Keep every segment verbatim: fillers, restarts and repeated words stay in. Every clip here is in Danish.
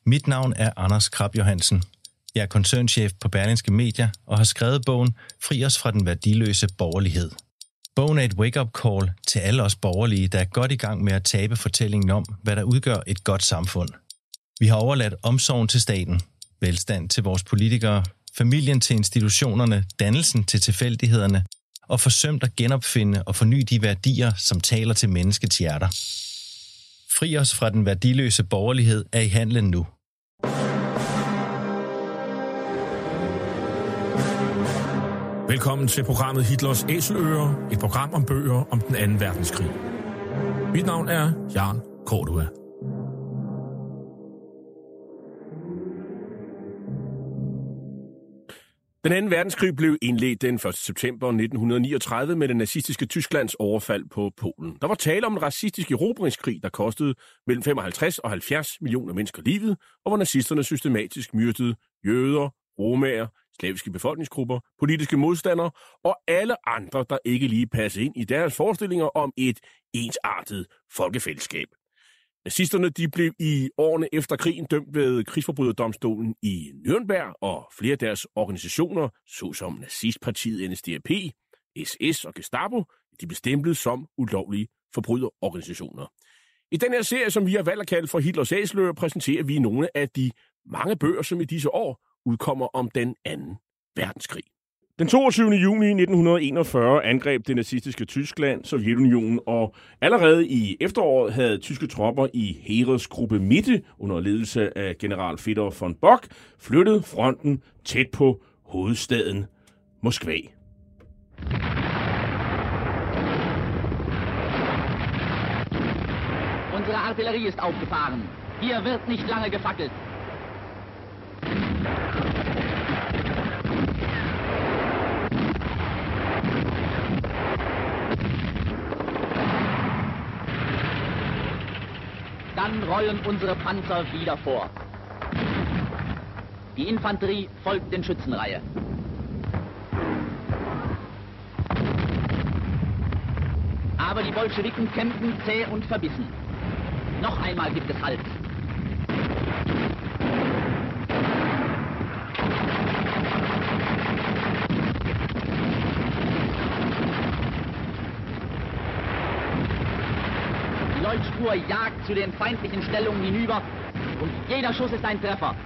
Mit navn er Anders Krab Johansen. Jeg er koncernchef på Berlingske Media og har skrevet bogen Fri os fra den værdiløse borgerlighed. Bogen er et wake-up call til alle os borgerlige, der er godt i gang med at tabe fortællingen om, hvad der udgør et godt samfund. Vi har overladt omsorgen til staten, velstand til vores politikere, familien til institutionerne, dannelsen til tilfældighederne og forsømt at genopfinde og forny de værdier, som taler til menneskets hjerter. Fri os fra den værdiløse borgerlighed er i handlen nu. Velkommen til programmet Hitlers Æseløer, et program om bøger om den anden verdenskrig. Mit navn er Jan Cordua. Den anden verdenskrig blev indledt den første september nitten niogtredive med det nazistiske Tysklands overfald på Polen. Der var tale om en racistisk erobringskrig, der kostede mellem femoghalvtreds og halvfjerds millioner mennesker livet, og hvor nazisterne systematisk myrdede jøder, romaer, slaviske befolkningsgrupper, politiske modstandere og alle andre, der ikke lige passede ind i deres forestillinger om et ensartet folkefællesskab. Nazisterne de blev i årene efter krigen dømt ved krigsforbryderdomstolen i Nürnberg, og flere af deres organisationer, såsom nazistpartiet N S D A P, S S og Gestapo, de blev stemplet som ulovlige forbryderorganisationer. I den her serie, som vi har valgt at kalde for Hitlers Æseløer, præsenterer vi nogle af de mange bøger, som i disse år udkommer om den anden verdenskrig. Den toogtyvende juni nitten enogfyrre angreb det nazistiske Tyskland Sovjetunionen, og allerede i efteråret havde tyske tropper i Heeresgruppe Mitte under ledelse af general Fedor von Bock flyttet fronten tæt på hovedstaden Moskva. Unsere Artillerie ist aufgefahren. Hier wird nicht lange gefackelt. Dann rollen unsere Panzer wieder vor. Die Infanterie folgt den Schützenreihe. Aber die Bolschewiken kämpfen zäh und verbissen. Noch einmal gibt es Halt. Die Leuchtspur jagt zu den feindlichen Stellungen hinüber und jeder Schuss ist ein Treffer.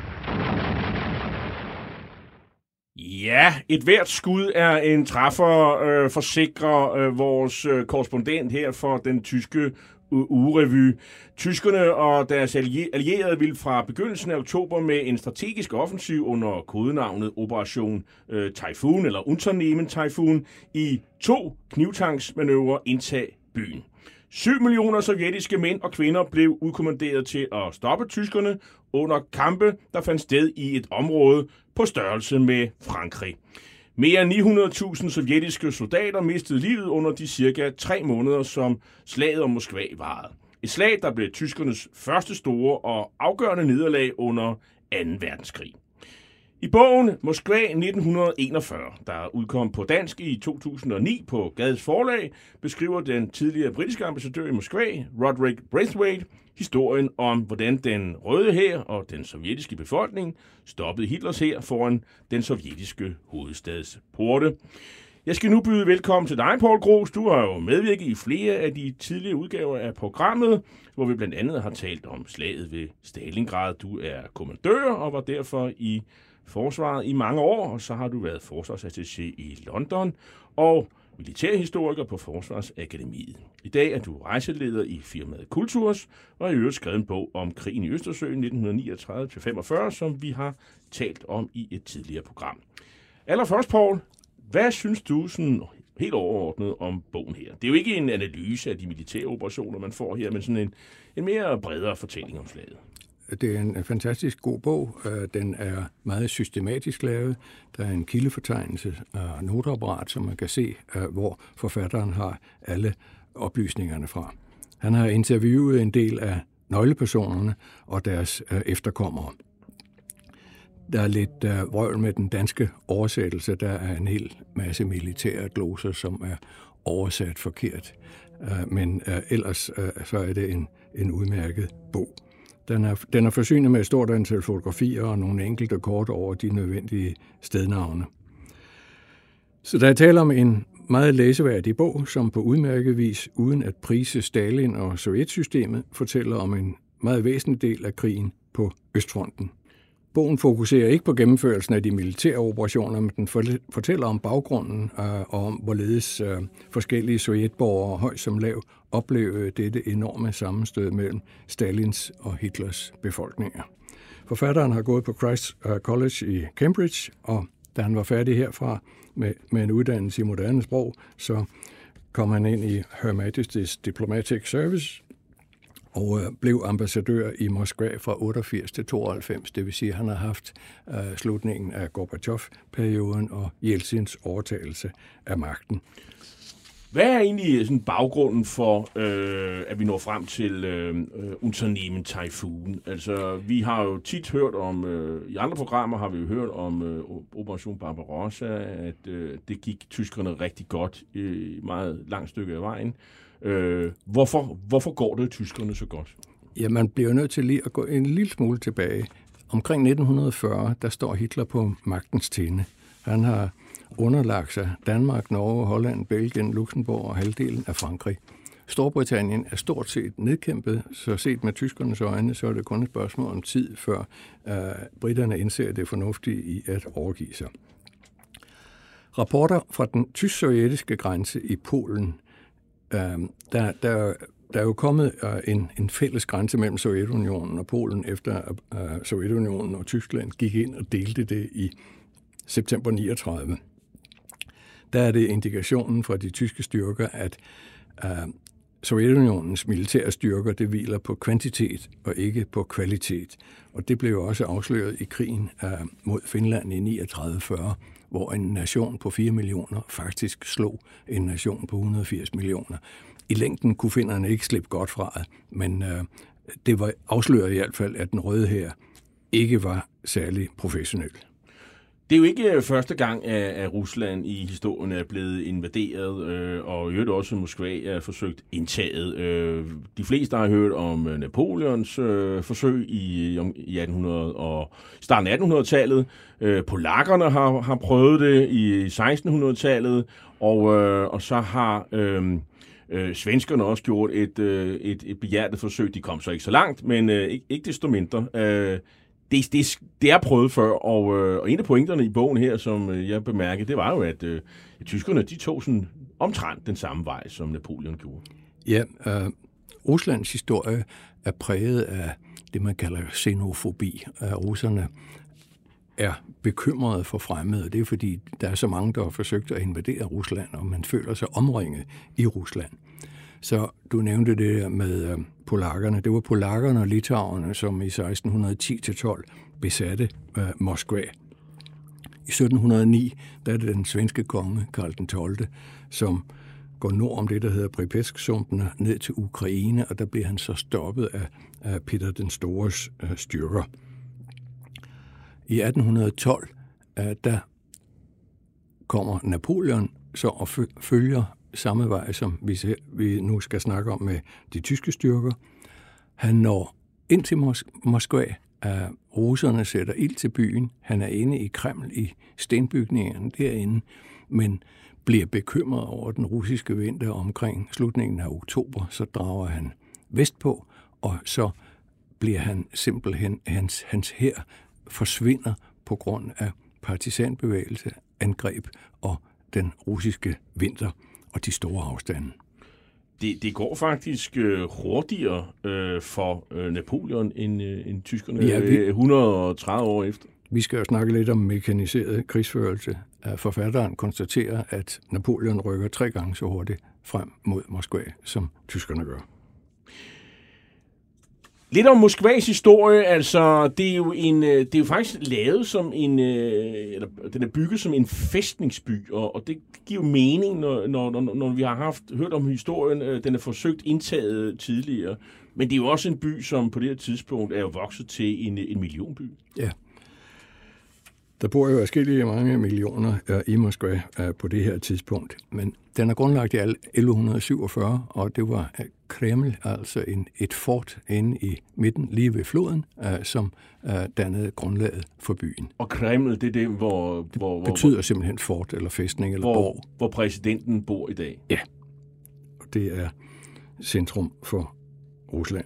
Ja, et hvert skud er en træffer, øh, forsikrer øh, vores øh, korrespondent her for den tyske ugerevy. Tyskerne og deres allierede ville fra begyndelsen af oktober med en strategisk offensiv under kodenavnet Operation øh, Typhoon eller Unternehmen Typhoon i to knivtangsmanøvrer indtage byen. Syv millioner sovjetiske mænd og kvinder blev udkommanderet til at stoppe tyskerne under kampe, der fandt sted i et område på størrelse med Frankrig. Mere end ni hundrede tusind sovjetiske soldater mistede livet under de cirka tre måneder, som slaget om Moskva varede. Et slag, der blev tyskernes første store og afgørende nederlag under anden verdenskrig. I bogen Moskva nitten enogfyrre, der udkom på dansk i to tusind og ni på Gads Forlag, beskriver den tidligere britiske ambassadør i Moskva, Roderick Braithwaite, historien om, hvordan den røde hær og den sovjetiske befolkning stoppede Hitlers hær foran den sovjetiske hovedstads porte. Jeg skal nu byde velkommen til dig, Poul Gros. Du har jo medvirket i flere af de tidligere udgaver af programmet, hvor vi blandt andet har talt om slaget ved Stalingrad. Du er kommandør og var derfor i forsvaret i mange år, og så har du været forsvarsattaché i London og militærhistoriker på Forsvarsakademiet. I dag er du rejseleder i firmaet Kulturs, og har i øvrigt skrevet en bog om krigen i Østersøen nitten niogtredive til femogfyrre, som vi har talt om i et tidligere program. Allerførst, Poul, hvad synes du sådan helt overordnet om bogen her? Det er jo ikke en analyse af de militære operationer, man får her, men sådan en, en mere bredere fortælling om slaget. Det er en fantastisk god bog. Den er meget systematisk lavet. Der er en kildefortegnelse og noteapparat, som man kan se, hvor forfatteren har alle oplysningerne fra. Han har interviewet en del af nøglepersonerne og deres efterkommere. Der er lidt uh, vrøvl med den danske oversættelse. Der er en hel masse militære gloser, som er oversat forkert. Uh, men uh, ellers uh, så er det en, en udmærket bog. Den er, den er forsynet med et stort antal fotografier og nogle enkelte kort over de nødvendige stednavne. Så der er tale om en meget læseværdig bog, som på udmærket vis, uden at prise Stalin og sovjetsystemet, fortæller om en meget væsentlig del af krigen på Østfronten. Bogen fokuserer ikke på gennemførelsen af de militære operationer, men den fortæller om baggrunden og om, hvorledes forskellige sovjetborgere, høj som lav, oplevede dette enorme sammenstød mellem Stalins og Hitlers befolkninger. Forfatteren har gået på Christ College i Cambridge, og da han var færdig herfra med, med en uddannelse i moderne sprog, så kom han ind i Her Majesty's Diplomatic Service og blev ambassadør i Moskva fra otteogfirs til tooghalvfems. Det vil sige, at han har haft uh, slutningen af Gorbachev-perioden og Jeltsins overtagelse af magten. Hvad er egentlig sådan baggrunden for, øh, at vi når frem til øh, Unternehmen Taifun? Altså, vi har jo tit hørt om, øh, i andre programmer har vi jo hørt om øh, Operation Barbarossa, at øh, det gik tyskerne rigtig godt i øh, meget langt stykke af vejen. Øh, hvorfor, hvorfor går det tyskerne så godt? Ja, man bliver nødt til lige at gå en lille smule tilbage. Omkring nitten fyrre, der står Hitler på magtens tinde. Han har underlagt sig Danmark, Norge, Holland, Belgien, Luxembourg og halvdelen af Frankrig. Storbritannien er stort set nedkæmpet, så set med tyskernes øjne, så er det kun et spørgsmål om tid, før uh, britterne indser det fornuftige i at overgive sig. Rapporter fra den tysk-sovjetiske grænse i Polen, uh, der, der, der er jo kommet uh, en, en fælles grænse mellem Sovjetunionen og Polen, efter uh, Sovjetunionen og Tyskland gik ind og delte det i september niogtredive. Der er det indikationen fra de tyske styrker, at uh, Sovjetunionens militære styrker, det hviler på kvantitet og ikke på kvalitet. Og det blev også afsløret i krigen uh, mod Finland i niogtredive fyrre, hvor en nation på fire millioner faktisk slog en nation på et hundrede og firs millioner. I længden kunne finnerne ikke slippe godt fra, men uh, det var afsløret i hvert fald, at den røde hær ikke var særlig professionel. Det er jo ikke første gang, at Rusland i historien er blevet invaderet, øh, og i øvrigt også Moskva er forsøgt indtaget. Øh, de fleste har hørt om Napoleons øh, forsøg i, i attenhundrede og starten af attenhundredetallet. Øh, polakkerne har, har prøvet det i sekstenhundredetallet, og, øh, og så har øh, øh, svenskerne også gjort et, øh, et, et behjertet forsøg. De kom så ikke så langt, men øh, ikke, ikke desto mindre. Øh, Det, det, det er prøvet før, og, øh, og en af pointerne i bogen her, som øh, jeg bemærkede, det var jo, at øh, tyskerne de tog sådan omtrent den samme vej, som Napoleon gjorde. Ja, øh, Ruslands historie er præget af det, man kalder xenofobi. Øh, russerne er bekymrede for fremmede. Det er fordi, der er så mange, der har forsøgt at invadere Rusland, og man føler sig omringet i Rusland. Så du nævnte det med øh, polakkerne. Det var polakkerne og litauerne, som i seksten ti til tolv besatte øh, Moskva. I sytten hundrede og ni, der er det den svenske konge, Karl den tolvte, som går nord om det, der hedder Pripetsk-sumpene, ned til Ukraine, og der bliver han så stoppet af, af Peter den Stores øh, styrker. I atten tolv, øh, der kommer Napoleon så og følger samme vej, som vi, ser, vi nu skal snakke om med de tyske styrker. Han når ind til Mos- Moskva. Uh, russerne sætter ild til byen. Han er inde i Kreml i stenbygningerne derinde, men bliver bekymret over den russiske vinter omkring slutningen af oktober. Så drager han vestpå, og så bliver han simpelthen, hans, hans hær forsvinder på grund af partisanbevægelse, angreb og den russiske vinter og de store afstande. Det, det går faktisk øh, hurtigere øh, for øh, Napoleon end, øh, end tyskerne ja, vi, et hundrede og tredive år efter. Vi skal jo snakke lidt om mekaniseret krigsførelse. Forfatteren konstaterer, at Napoleon rykker tre gange så hurtigt frem mod Moskva, som tyskerne gør. Lidt om Moskvas historie, altså det er jo en, det er jo faktisk lavet som en, eller den er bygget som en fæstningsby, og, og det giver jo mening, når, når, når vi har haft hørt om historien, den er forsøgt indtaget tidligere, men det er jo også en by, som på det her tidspunkt er jo vokset til en, en millionby. Ja. Der bor jo forskellige mange millioner uh, i Moskva uh, på det her tidspunkt, men den er grundlagt i elleve syvogfyrre, og det var uh, Kreml, altså en, et fort inde i midten, lige ved floden, uh, som uh, dannede grundlaget for byen. Og Kreml, det er det, hvor... hvor det betyder hvor, simpelthen fort eller fæstning eller hvor, borg. Hvor præsidenten bor i dag. Ja, og det er centrum for Rusland.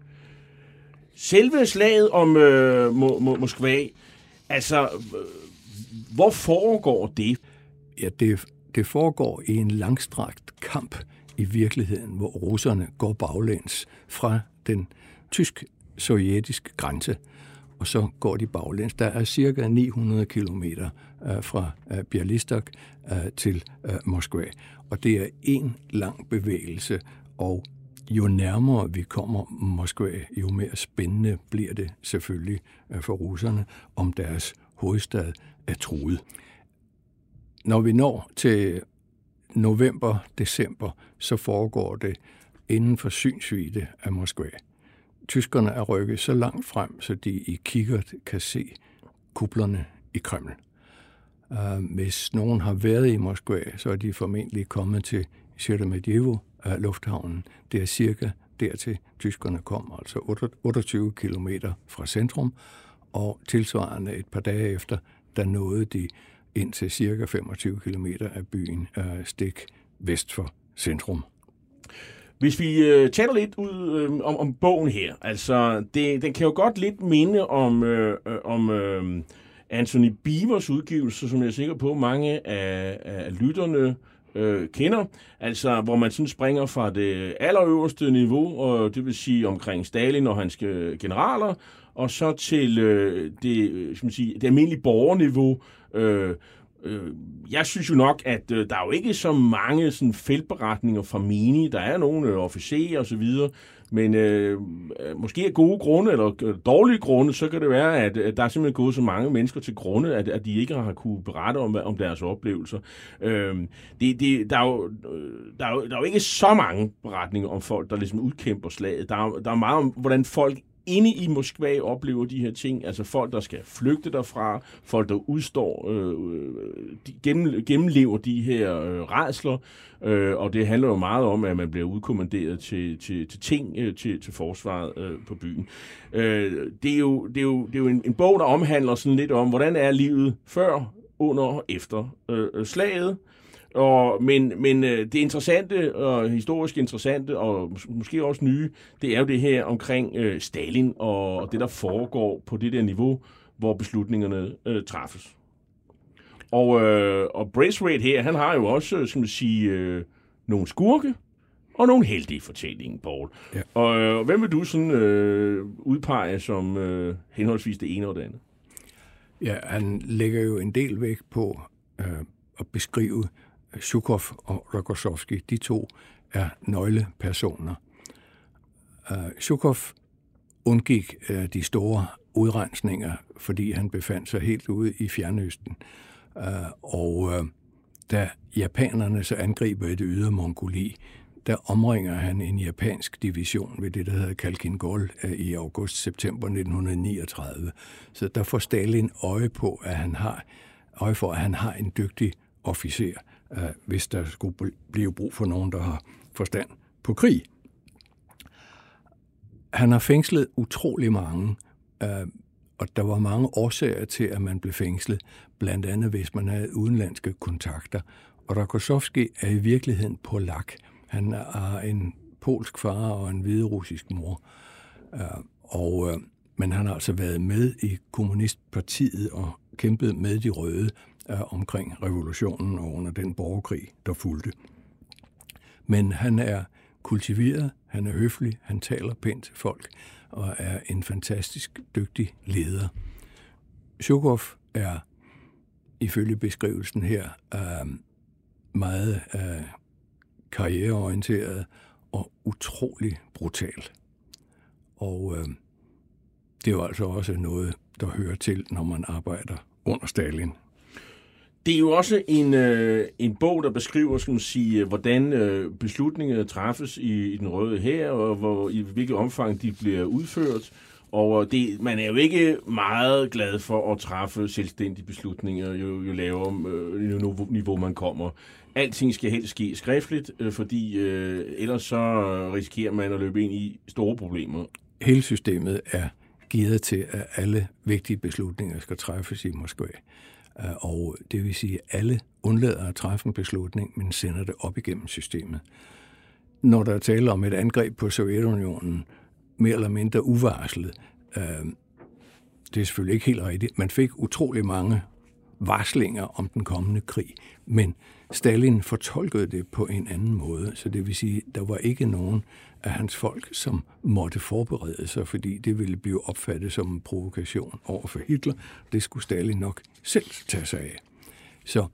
Selve slaget om øh, Mo- Mo- Moskva, altså, øh, hvor foregår det? Ja, det, det foregår i en langstrakt kamp i virkeligheden, hvor russerne går baglæns fra den tysk-sovjetiske grænse, og så går de baglæns. Der er cirka ni hundrede kilometer øh, fra øh, Bialystok øh, til øh, Moskva, og det er en lang bevægelse, og jo nærmere vi kommer Moskva, jo mere spændende bliver det selvfølgelig for russerne, om deres hovedstad er truet. Når vi når til november, december, så foregår det inden for synsvidde af Moskva. Tyskerne er rykket så langt frem, så de i kikkert kan se kuplerne i Kreml. Hvis nogen har været i Moskva, så er de formentlig kommet til Sheremetyevo, lufthavnen. Det er cirka dertil tyskerne kom, altså otteogtyve kilometer fra centrum, og tilsvarende et par dage efter, der nåede de ind til cirka femogtyve kilometer af byen stik vest for centrum. Hvis vi øh, taler lidt ud øh, om, om bogen her, altså det, den kan jo godt lidt minde om, øh, om øh, Antony Beevors udgivelse, som jeg er sikker på, mange af, af lytterne øh, kender, altså hvor man sådan springer fra det allerøverste niveau, og det vil sige omkring Stalin og hans generaler, og så til øh, det, skal man sige, det almindelige borgerniveau. Øh, øh, jeg synes jo nok, at øh, der er jo ikke så mange sådan feltberetninger fra Mini. Der er nogle øh, officerer og så videre, men øh, måske af gode grunde eller dårlige grunde, så kan det være, at, at der er simpelthen gået så mange mennesker til grunde, at, at de ikke har kunne berette om, om deres oplevelser. Øh, det, det, der, er jo, der, er jo, der er jo ikke så mange beretninger om folk, der ligesom udkæmper slaget. Der er, der er meget om, hvordan folk inde i Moskva oplever de her ting, altså folk, der skal flygte derfra, folk, der udstår, øh, de gennem, gennemlever de her øh, rædsler, øh, og det handler jo meget om, at man bliver udkommanderet til, til, til ting, øh, til, til forsvaret øh, på byen. Øh, det er jo, det er jo, det er jo en, en bog, der omhandler sådan lidt om, hvordan er livet før, under og efter øh, slaget. Og, men, men det interessante og historisk interessante, og måske også nye, det er jo det her omkring øh, Stalin og det, der foregår på det der niveau, hvor beslutningerne øh, træffes. Og, øh, og Braithwaite her, han har jo også, skal man sige, øh, nogle skurke og nogle heldige fortællinger, Paul. Ja. Og øh, hvem vil du sådan øh, udpege som øh, henholdsvis det ene og det andet? Ja, han lægger jo en del vægt på øh, at beskrive Zjukov og Rokossovski, de to er nøglepersoner. Uh, Zjukov undgik uh, de store udrensninger, fordi han befandt sig helt ude i Fjernøsten. Uh, og uh, da japanerne så angriber i det ydre Mongoli, der omringer han en japansk division ved det, der hedder Khalkhin-Gol uh, i august-september nitten niogtredive. Så der får Stalin øje på, at han har øje for, at han har en dygtig officer, Uh, hvis der skulle blive brug for nogen, der har forstand på krig. Han har fængslet utrolig mange, uh, og der var mange årsager til, at man blev fængslet, blandt andet hvis man havde udenlandske kontakter. Og Rokossovski er i virkeligheden polak. Han har en polsk far og en hviderussisk mor. Uh, og, uh, men han har altså været med i kommunistpartiet og kæmpet med de røde omkring revolutionen og under den borgerkrig, der fulgte. Men han er kultiveret, han er høflig, han taler pænt til folk og er en fantastisk dygtig leder. Zjukov er ifølge beskrivelsen her meget karriereorienteret og utrolig brutal. Og det er jo altså også noget, der hører til, når man arbejder under Stalin. Det er jo også en, øh, en bog, der beskriver, skal man sige, hvordan øh, beslutninger træffes i, i den røde hær, og hvor, i hvilket omfang de bliver udført. Og det, man er jo ikke meget glad for at træffe selvstændige beslutninger, jo, jo lavere øh, niveau man kommer. Alting skal helst ske skriftligt, øh, fordi øh, ellers så risikerer man at løbe ind i store problemer. Hele systemet er gearet til, at alle vigtige beslutninger skal træffes i Moskva. Og det vil sige, at alle undlader at træffe en beslutning, men sender det op igennem systemet. Når der er tale om et angreb på Sovjetunionen, mere eller mindre uvarslet, øh, det er selvfølgelig ikke helt rigtigt. Man fik utrolig mange varslinger om den kommende krig, men Stalin fortolkede det på en anden måde, så det vil sige, at der var ikke nogen af hans folk, som måtte forberede sig, fordi det ville blive opfattet som en provokation over for Hitler. Det skulle Stalin nok selv tage sig af. Så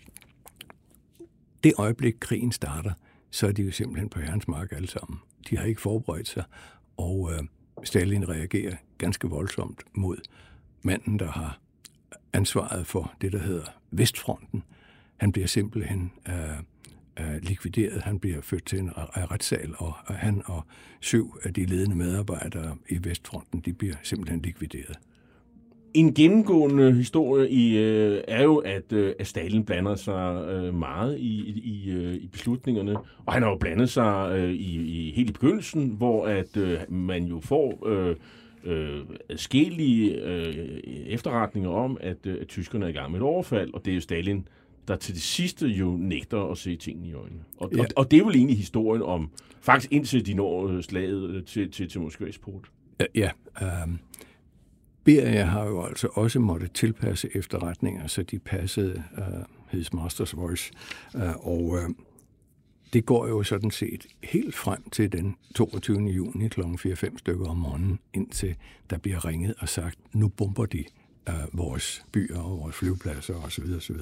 det øjeblik, krigen starter, så er de jo simpelthen på herrens mark alle sammen. De har ikke forberedt sig, og øh, Stalin reagerer ganske voldsomt mod manden, der har ansvaret for det, der hedder Vestfronten. Han bliver simpelthen øh, øh, likvideret. Han bliver ført til en retssal, og, og han og syv af de ledende medarbejdere i Vestfronten, de bliver simpelthen likvideret. En gennemgående historie i, øh, er jo, at, øh, at Stalin blander sig øh, meget i, i, øh, i beslutningerne, og han har jo blandet sig øh, i, i helt i begyndelsen, hvor at øh, man jo får øh, øh, adskillige øh, efterretninger om, at, øh, at tyskerne er i gang med et overfald, og det er jo Stalin, der til det sidste jo nægter at se tingene i øjnene. Og, ja. og, og det er vel egentlig historien om, faktisk indtil de når slaget til, til, til Moskvas port. Ja, ja um Beria har jo altså også måttet tilpasse efterretninger, så de passede uh, His Master's Voice. Uh, og uh, det går jo sådan set helt frem til den toogtyvende juni klokken fire fem stykker om morgenen, indtil der bliver ringet og sagt, nu bomber de uh, vores byer og vores flyvepladser osv. osv.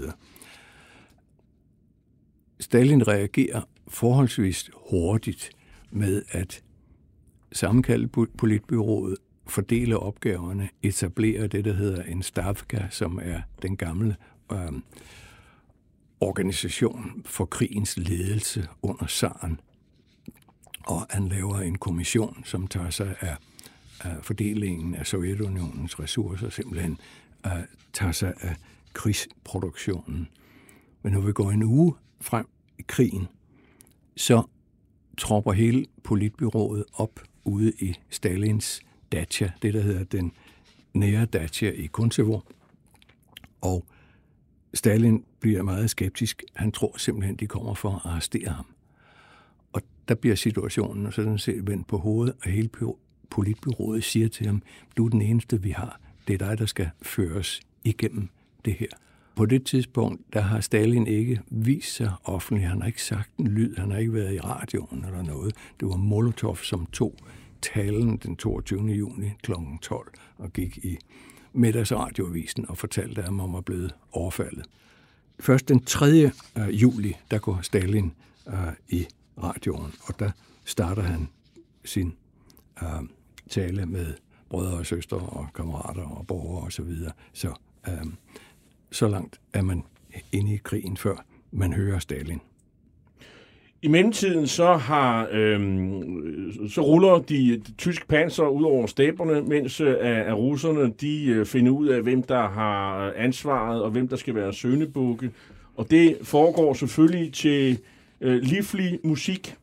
Stalin reagerer forholdsvis hurtigt med at sammenkalde politbyrådet, fordele opgaverne, etablere det, der hedder en stavka, som er den gamle øh, organisation for krigens ledelse under zaren. Og han laver en kommission, som tager sig af, af fordelingen af Sovjetunionens ressourcer, simpelthen øh, tager sig af krigsproduktionen. Men når vi går en uge frem i krigen, så tropper hele politbyrådet op ude i Stalins Dacia, det der hedder den nære Dacia i Kuncevo. Og Stalin bliver meget skeptisk. Han tror simpelthen, de kommer for at arrestere ham. Og der bliver situationen, og så den set vendt på hovedet, og hele politbyrådet siger til ham, du er den eneste, vi har. Det er dig, der skal føres igennem det her. På det tidspunkt, der har Stalin ikke vist sig offentligt. Han har ikke sagt en lyd. Han har ikke været i radioen eller noget. Det var Molotov, som tog talen den toogtyvende juni klokken tolv og gik i middagsradioavisen og fortalte dem om at blive overfaldet. Først den tredje juli, der går Stalin uh, i radioen, og der starter han sin uh, tale med brødre og søstre og kammerater og borgere og så videre. Så, uh, så langt er man inde i krigen, før man hører Stalin. I mellemtiden så har øhm, så ruller de, de tyske panser ud over stepperne, mens øh, at russerne de øh, finder ud af, hvem der har ansvaret og hvem der skal være søndebukke. Og det foregår selvfølgelig til øh, livlig musik.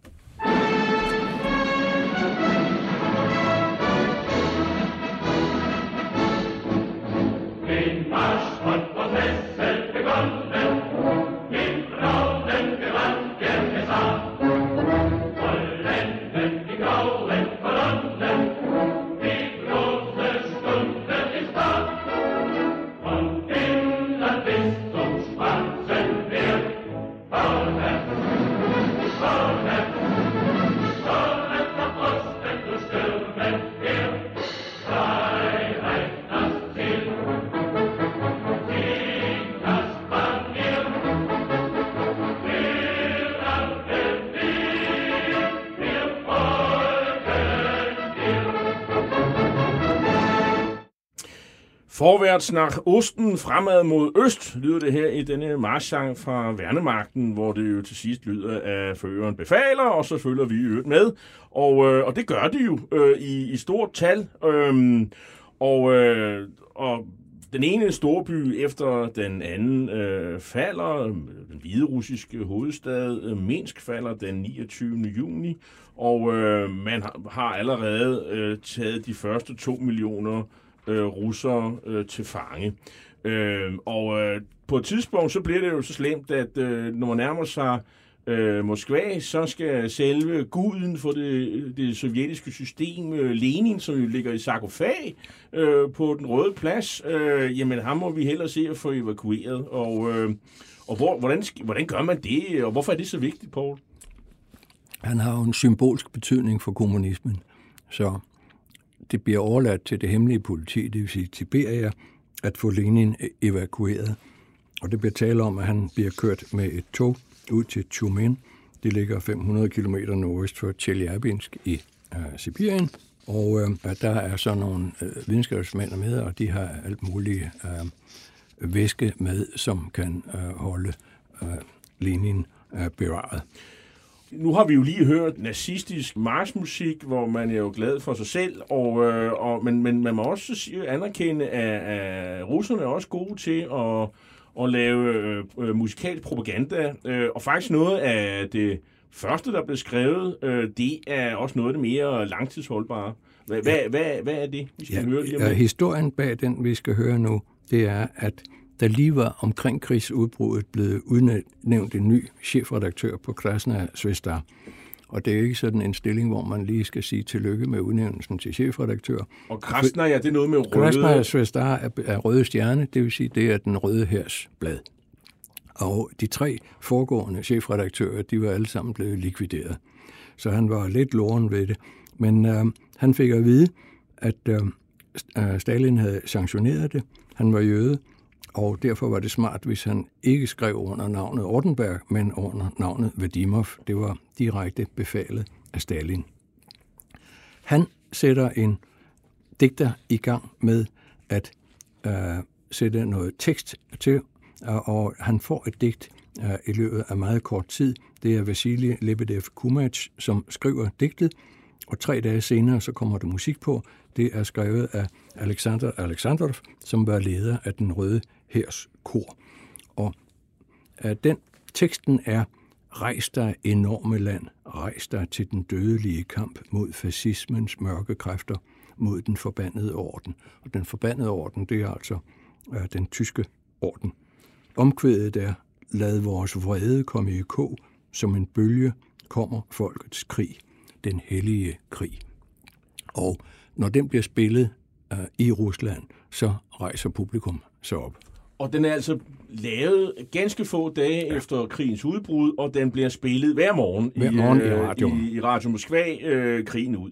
Den Marsch von Protest begonnen, mit braunen Gewand der Gefahr. Vollenden die grauen Kolonnen, die große Stunde ist da. Von Finnland bis zum Schwarzen Meer, vorwärts, vorwärts. Forwärts nach Osten, fremad mod øst, lyder det her i denne marchsang fra Værnemagten, hvor det jo til sidst lyder, at føreren befaler, og så følger vi øvrigt med. Og, øh, og det gør de jo øh, i, i stort tal. Øhm, og, øh, og den ene storby efter den anden øh, falder. Den hviderussiske hovedstad øh, Minsk falder den niogtyvende juni. Og øh, man har, har allerede øh, taget de første to millioner øh, russere øh, til fange. Øh, og øh, på et tidspunkt, så bliver det jo så slemt, at øh, når man nærmer sig øh, Moskva, så skal selve guden for det, det sovjetiske system, øh, Lenin, som jo ligger i sarkofag øh, på den Røde Plads, øh, jamen ham må vi hellere se at få evakueret. Og, øh, og hvor, hvordan, hvordan gør man det, og hvorfor er det så vigtigt, Poul? Han har jo en symbolsk betydning for kommunismen, så det bliver overladt til det hemmelige politi, det vil sige Tiberia, at få Lenin evakueret. Og det bliver tale om, at han bliver kørt med et tog ud til Tjumen. Det ligger fem hundrede kilometer nordøst for Tjeljabinsk i uh, Sibirien. Og uh, der er så nogle uh, videnskabsmænd med, og de har alt muligt uh, væske med, som kan uh, holde uh, Lenin uh, bevaret. Nu har vi jo lige hørt nazistisk marchmusik, hvor man er jo glad for sig selv, og, øh, og, men, men man må også anerkende, at, at russerne er også gode til at, at lave øh, musikalsk propaganda. Øh, og faktisk noget af det første, der blev skrevet, øh, det er også noget af det mere langtidsholdbare. Hvad, hvad, hvad, hvad er det, vi skal ja, høre lige om? Ja, historien bag den, vi skal høre nu, det er, at der lige var omkring krigsudbruddet blevet udnævnt en ny chefredaktør på Krasnaja Zvezda. Og det er ikke sådan en stilling, hvor man lige skal sige tillykke med udnævnelsen til chefredaktør. Og Krasnaja, det er noget med røde... Krasnaja Zvezda er, er røde stjerne, det vil sige, det er den røde hærs blad. Og de tre foregående chefredaktører, de var alle sammen blevet likvideret. Så han var lidt loren ved det. Men øh, han fik at vide, at øh, Stalin havde sanktioneret det. Han var jøde. Og derfor var det smart, hvis han ikke skrev under navnet Ordenberg, men under navnet Vadimov. Det var direkte befalet af Stalin. Han sætter en digter i gang med at øh, sætte noget tekst til, og han får et digt øh, i løbet af meget kort tid. Det er Vasili Lebedev-Kumach, som skriver digtet, og tre dage senere så kommer der musik på. Det er skrevet af Alexander Alexandrov, som var leder af den Røde Hærs kor. Og uh, den teksten er: rejs dig, enorme land, rejs dig til den dødelige kamp mod fascismens mørke kræfter, mod den forbandede orden. Og den forbandede orden, det er altså uh, den tyske orden. Omkvædet er: lad vores vrede komme i kog, som en bølge kommer folkets krig, den hellige krig. Og når den bliver spillet uh, i Rusland, så rejser publikum sig op. Og den er altså lavet ganske få dage ja. efter krigens udbrud, og den bliver spillet hver morgen, hver morgen i, i, radio. i, i Radio Moskva, øh, krigen ud.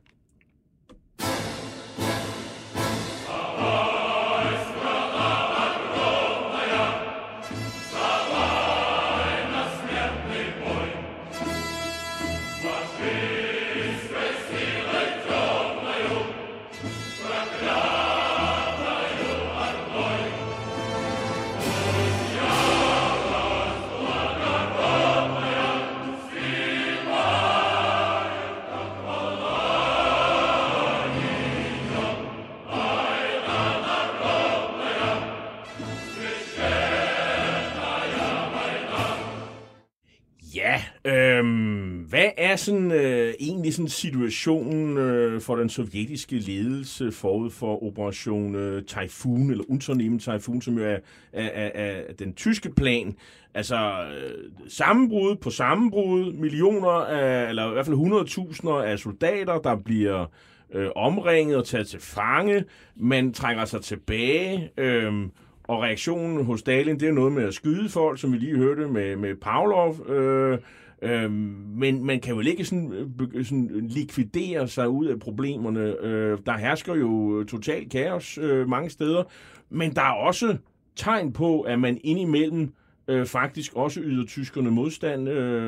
Hvad er sådan øh, egentlig sådan situationen øh, for den sovjetiske ledelse forud for operation øh, Typhoon, eller Unternehmen Typhoon, som jo er, er, er, er den tyske plan? Altså øh, sammenbrud på sammenbrud, millioner af, eller i hvert fald hundredtusinder af soldater, der bliver øh, omringet og taget til fange. Man trænger sig tilbage, øh, og reaktionen hos Stalin, det er noget med at skyde folk, som vi lige hørte med, med Pavlov. Øh, øh, men man kan jo ikke sådan, sådan likvidere sig ud af problemerne. Øh, der hersker jo total kaos øh, mange steder, men der er også tegn på, at man indimellem øh, faktisk også yder tyskerne modstand. Øh,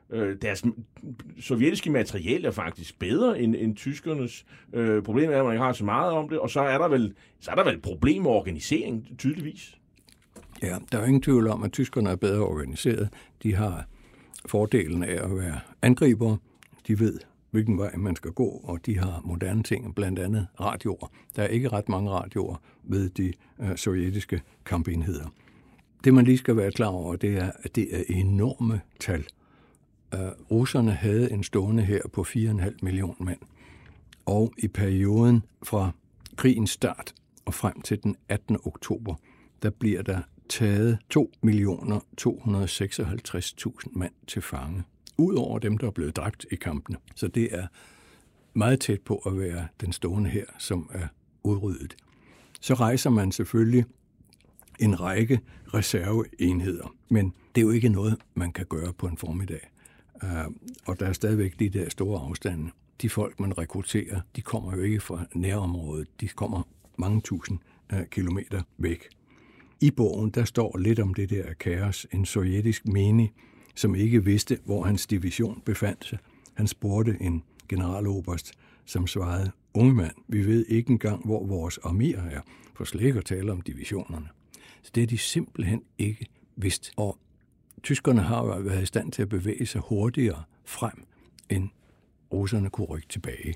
øh, deres sovjetiske materiel er faktisk bedre end, end tyskernes. Øh, problemet er, at man ikke har så meget om det, og så er der vel, så er der vel et problem med organisering, tydeligvis. Ja, der er ingen tvivl om, at tyskerne er bedre organiseret. De har fordelen af at være angribere. De ved, hvilken vej man skal gå, og de har moderne ting, blandt andet radioer. Der er ikke ret mange radioer ved de øh, sovjetiske kampenheder. Det, man lige skal være klar over, det er, at det er enorme tal. Uh, russerne havde en stående her på fire komma fem millioner mand. Og i perioden fra krigens start og frem til den attende oktober, der bliver der taget to millioner to hundrede og seksoghalvtreds tusind mand til fange. Udover dem, der er blevet dræbt i kampene. Så det er meget tæt på at være den stående her, som er udryddet. Så rejser man selvfølgelig en række reserveenheder. Men det er jo ikke noget, man kan gøre på en formiddag. Uh, og der er stadigvæk de der store afstande. De folk, man rekrutterer, de kommer jo ikke fra nærområdet. De kommer mange tusind uh, kilometer væk. I bogen, der står lidt om det der kaos. En sovjetisk menig, som ikke vidste, hvor hans division befandt sig. Han spurgte en generaloberst, som svarede, unge mand, vi ved ikke engang, hvor vores arméer er, for slet ikke at tale om divisionerne. Så det er de simpelthen ikke vidst. Og tyskerne har jo været i stand til at bevæge sig hurtigere frem, end russerne kunne rykke tilbage.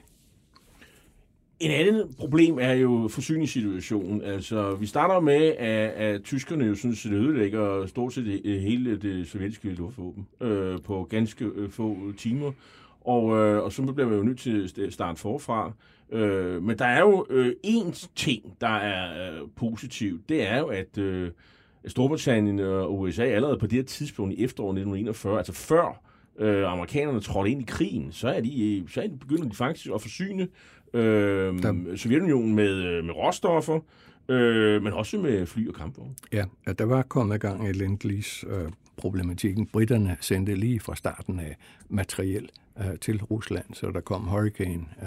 En anden problem er jo forsyningssituationen. Altså, vi starter med, at, at tyskerne jo synes, at det ødelægger stort set hele det sovjetiske luftvåben øh, på ganske øh, få timer. Og, øh, og så bliver man jo nødt til at starte forfra. Øh, men der er jo øh, én ting, der er øh, positivt. Det er jo, at øh, Storbritannien og U S A allerede på det her tidspunkt i efteråret nitten enogfyrre, altså før øh, amerikanerne trådte ind i krigen, så er de, så er de begynder de faktisk at forsyne øh, Sovjetunionen med, med råstoffer, øh, men også med fly og kampvogne. Ja, at der var kommet i gang i Lend-Lease-problematikken. Britterne sendte lige fra starten af materiel øh, til Rusland, så der kom Hurricane, øh,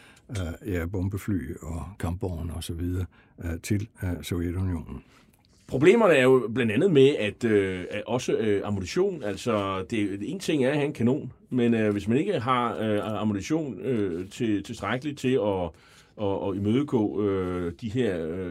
øh, ja, bombefly og kampvogne og så videre øh, til øh, Sovjetunionen. Problemerne er jo blandt andet med, at, øh, at også øh, ammunition, altså det, en ting er at have en kanon, men øh, hvis man ikke har øh, ammunition øh, til, tilstrækkeligt til at, at, at imødegå øh, de her, øh,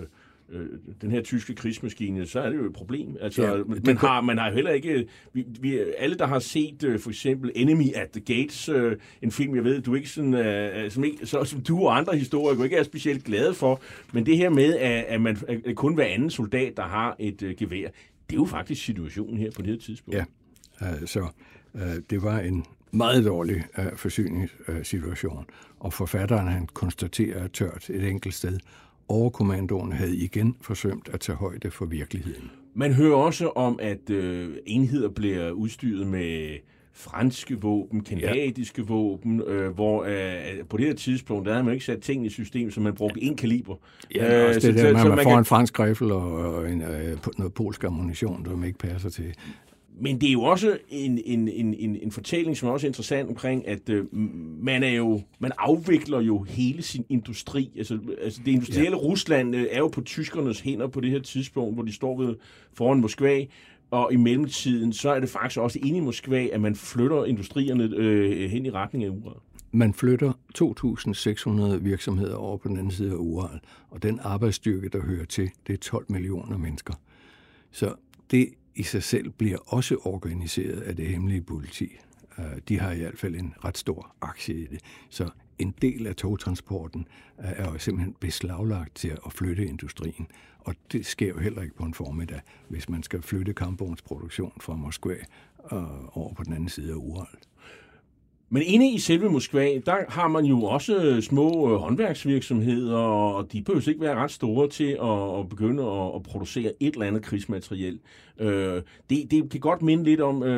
øh, den her tyske krigsmaskine, så er det jo et problem. Altså, ja, man, har, man har jo heller ikke... Vi, vi, alle, der har set øh, for eksempel Enemy at the Gates, øh, en film, jeg ved, du ikke sådan, øh, som, ikke, så, som du og andre historikere ikke er specielt glade for, men det her med, at, at man at kun hver anden soldat, der har et øh, gevær, det er jo faktisk situationen her på det her tidspunkt. Ja, øh, så øh, det var en meget dårlig øh, forsyningssituation, og forfatteren han konstaterer tørt et enkelt sted, overkommandoen havde igen forsømt at tage højde for virkeligheden. Man hører også om, at øh, enheder bliver udstyret med franske våben, kanadiske ja. våben, øh, hvor øh, på det her tidspunkt, der havde man ikke sat tingene i system, så man brugte en kaliber. Ja, øh, også det så, der, man, så man får kan... en fransk rifle og, og en, øh, noget polsk ammunition, der man ikke passer til. Men det er jo også en, en, en, en fortælling, som er også interessant omkring, at øh, man er jo man afvikler jo hele sin industri. Altså, altså det industrielle ja. Rusland øh, er jo på tyskernes hænder på det her tidspunkt, hvor de står ved foran Moskva, og i mellemtiden, så er det faktisk også inde i Moskva, at man flytter industrierne øh, hen i retning af Ural. Man flytter to tusind seks hundrede virksomheder over på den anden side af Ural, og den arbejdsstyrke, der hører til, det er tolv millioner mennesker. Så det i sig selv bliver også organiseret af det hemmelige politi. De har i hvert fald en ret stor aktie i det. Så en del af togtransporten er jo simpelthen beslaglagt til at flytte industrien. Og det sker jo heller ikke på en formiddag, hvis man skal flytte kampvognsproduktion fra Moskva over på den anden side af Ural. Men inde i selve Moskva, der har man jo også små håndværksvirksomheder, og de behøver ikke være ret store til at begynde at producere et eller andet krigsmateriel. Det, det kan godt minde lidt om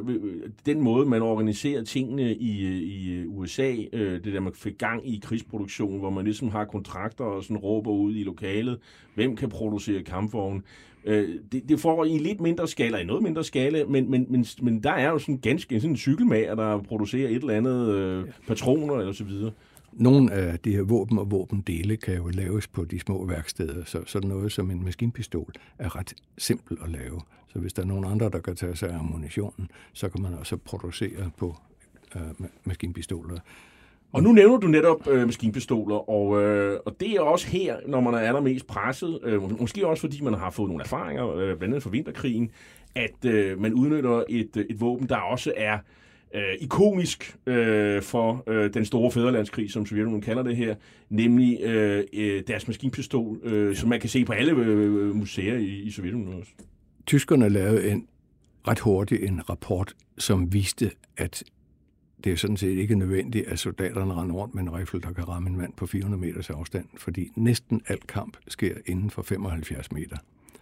den måde, man organiserer tingene i, i U S A, det der man fik gang i krigsproduktion, hvor man ligesom har kontrakter og sådan råber ud i lokalet, hvem kan producere kampvogne. Det, det får i lidt mindre skala, i noget mindre skala, men, men, men, men der er jo sådan ganske sådan en cykelmager, der producerer et eller andet øh, patroner eller så videre. nogle af de her våben og våbendele kan jo laves på de små værksteder, så sådan noget som en maskinpistol er ret simpel at lave. Så hvis der er nogen andre, der kan tage sig af ammunitionen, så kan man også producere på øh, maskinpistoler. Og nu nævner du netop øh, maskinpistoler, og, øh, og det er også her, når man er allermest presset, øh, måske også fordi man har fået nogle erfaringer, øh, blandt andet fra vinterkrigen, at øh, man udnytter et, et våben, der også er øh, ikonisk øh, for øh, den store fædrelandskrig, som Sovjetunionen kalder det her, nemlig øh, øh, deres maskinpistol, øh, ja. som man kan se på alle øh, museer i, i Sovjetunionen også. Tyskerne lavede en, ret hurtigt en rapport, som viste, at det er sådan set ikke nødvendigt, at soldaterne render rundt med en rifle, der kan ramme en mand på fire hundrede meters afstand, fordi næsten alt kamp sker inden for femoghalvfjerds meter.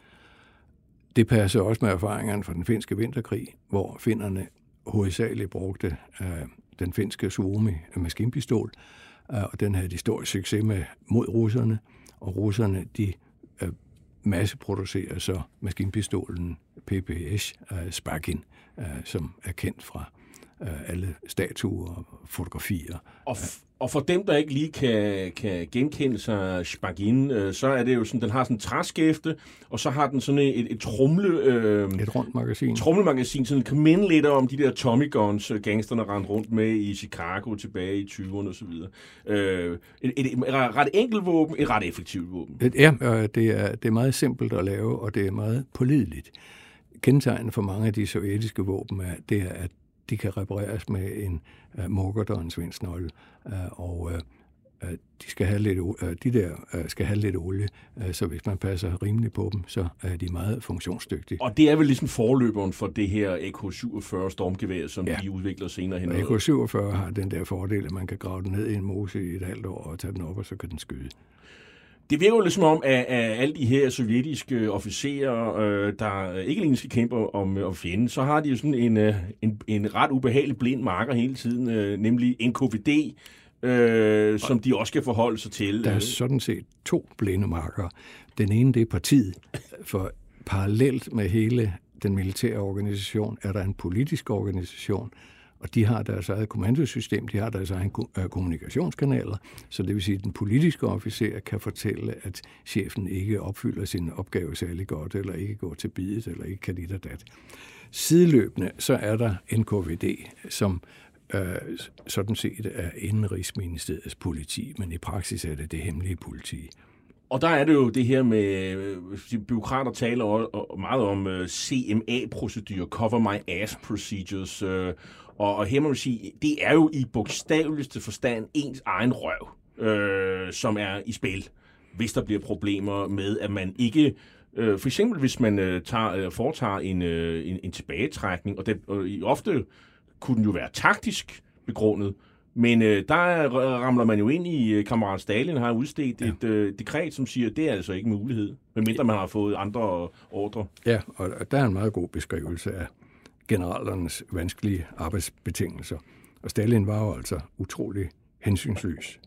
Det passer også med erfaringerne fra den finske vinterkrig, hvor finnerne hovedsageligt brugte øh, den finske Suomi maskinpistol, øh, og den havde de stor succes med mod russerne, og russerne de øh, masseproducerer så maskinpistolen P P S øh, Spagin, øh, som er kendt fra alle statuer og fotografier. Og, f- og for dem, der ikke lige kan, kan genkende sig Spagin, øh, så er det jo sådan, den har sådan en træskæfte, og så har den sådan et, et trumle... Øh, et rundt magasin. Trumlemagasin, sådan kan minde lidt om de der Tommy Guns, gangsterne rendte rundt med i Chicago tilbage i tyverne osv. Øh, et, et, et ret enkelt våben, et ret effektivt våben. Ja, det er, det er meget simpelt at lave, og det er meget pålideligt. Kendetegnet for mange af de sovjetiske våben er, det er, at de kan repareres med en uh, mukkert og en svindsnøgle, uh, og uh, de skal have lidt, uh, de der uh, skal have lidt olie, uh, så hvis man passer rimeligt på dem, så er de meget funktionsdygtige. Og det er vel ligesom forløberen for det her A K syvogfyrre stormgevær, som ja. de udvikler senere hen. A K syvogfyrre har den der fordel, at man kan grave den ned i en mose i et halvt år og tage den op, og så kan den skyde. Det virker jo lidt som om, at, at alle de her sovjetiske officerer, øh, der ikke alene skal kæmpe om, om fjenden, så har de jo sådan en, en, en ret ubehagelig blind marker hele tiden, øh, nemlig N K V D, øh, som de også skal forholde sig til. Der er sådan set to blinde marker. Den ene, det er partiet, for parallelt med hele den militære organisation, er der en politisk organisation, og de har deres eget kommandosystem, de har deres egne kommunikationskanaler, så det vil sige, at den politiske officer kan fortælle, at chefen ikke opfylder sin opgave særlig godt, eller ikke går til bidet, eller ikke kan dit og dat. Sideløbende, så er der N K V D, som øh, sådan set er Indenrigsministeriets politi, men i praksis er det det hemmelige politi. Og der er det jo det her med, bureaukrater taler meget om C M A-procedurer, cover my ass procedures, og, og her må man sige, det er jo i bogstaveligste forstand ens egen røv, øh, som er i spil, hvis der bliver problemer med, at man ikke, øh, for eksempel hvis man øh, tager, foretager en, øh, en, en tilbagetrækning, og, det, og ofte kunne den jo være taktisk begrundet, men øh, der ramler man jo ind i, øh, kammerat Stalin har udstedt ja. et øh, dekret, som siger, at det er altså ikke en mulighed, medmindre man har fået andre ordre. Ja, og der er en meget god beskrivelse af generalernes vanskelige arbejdsbetingelser. Og Stalin var jo altså utrolig hensynsløs.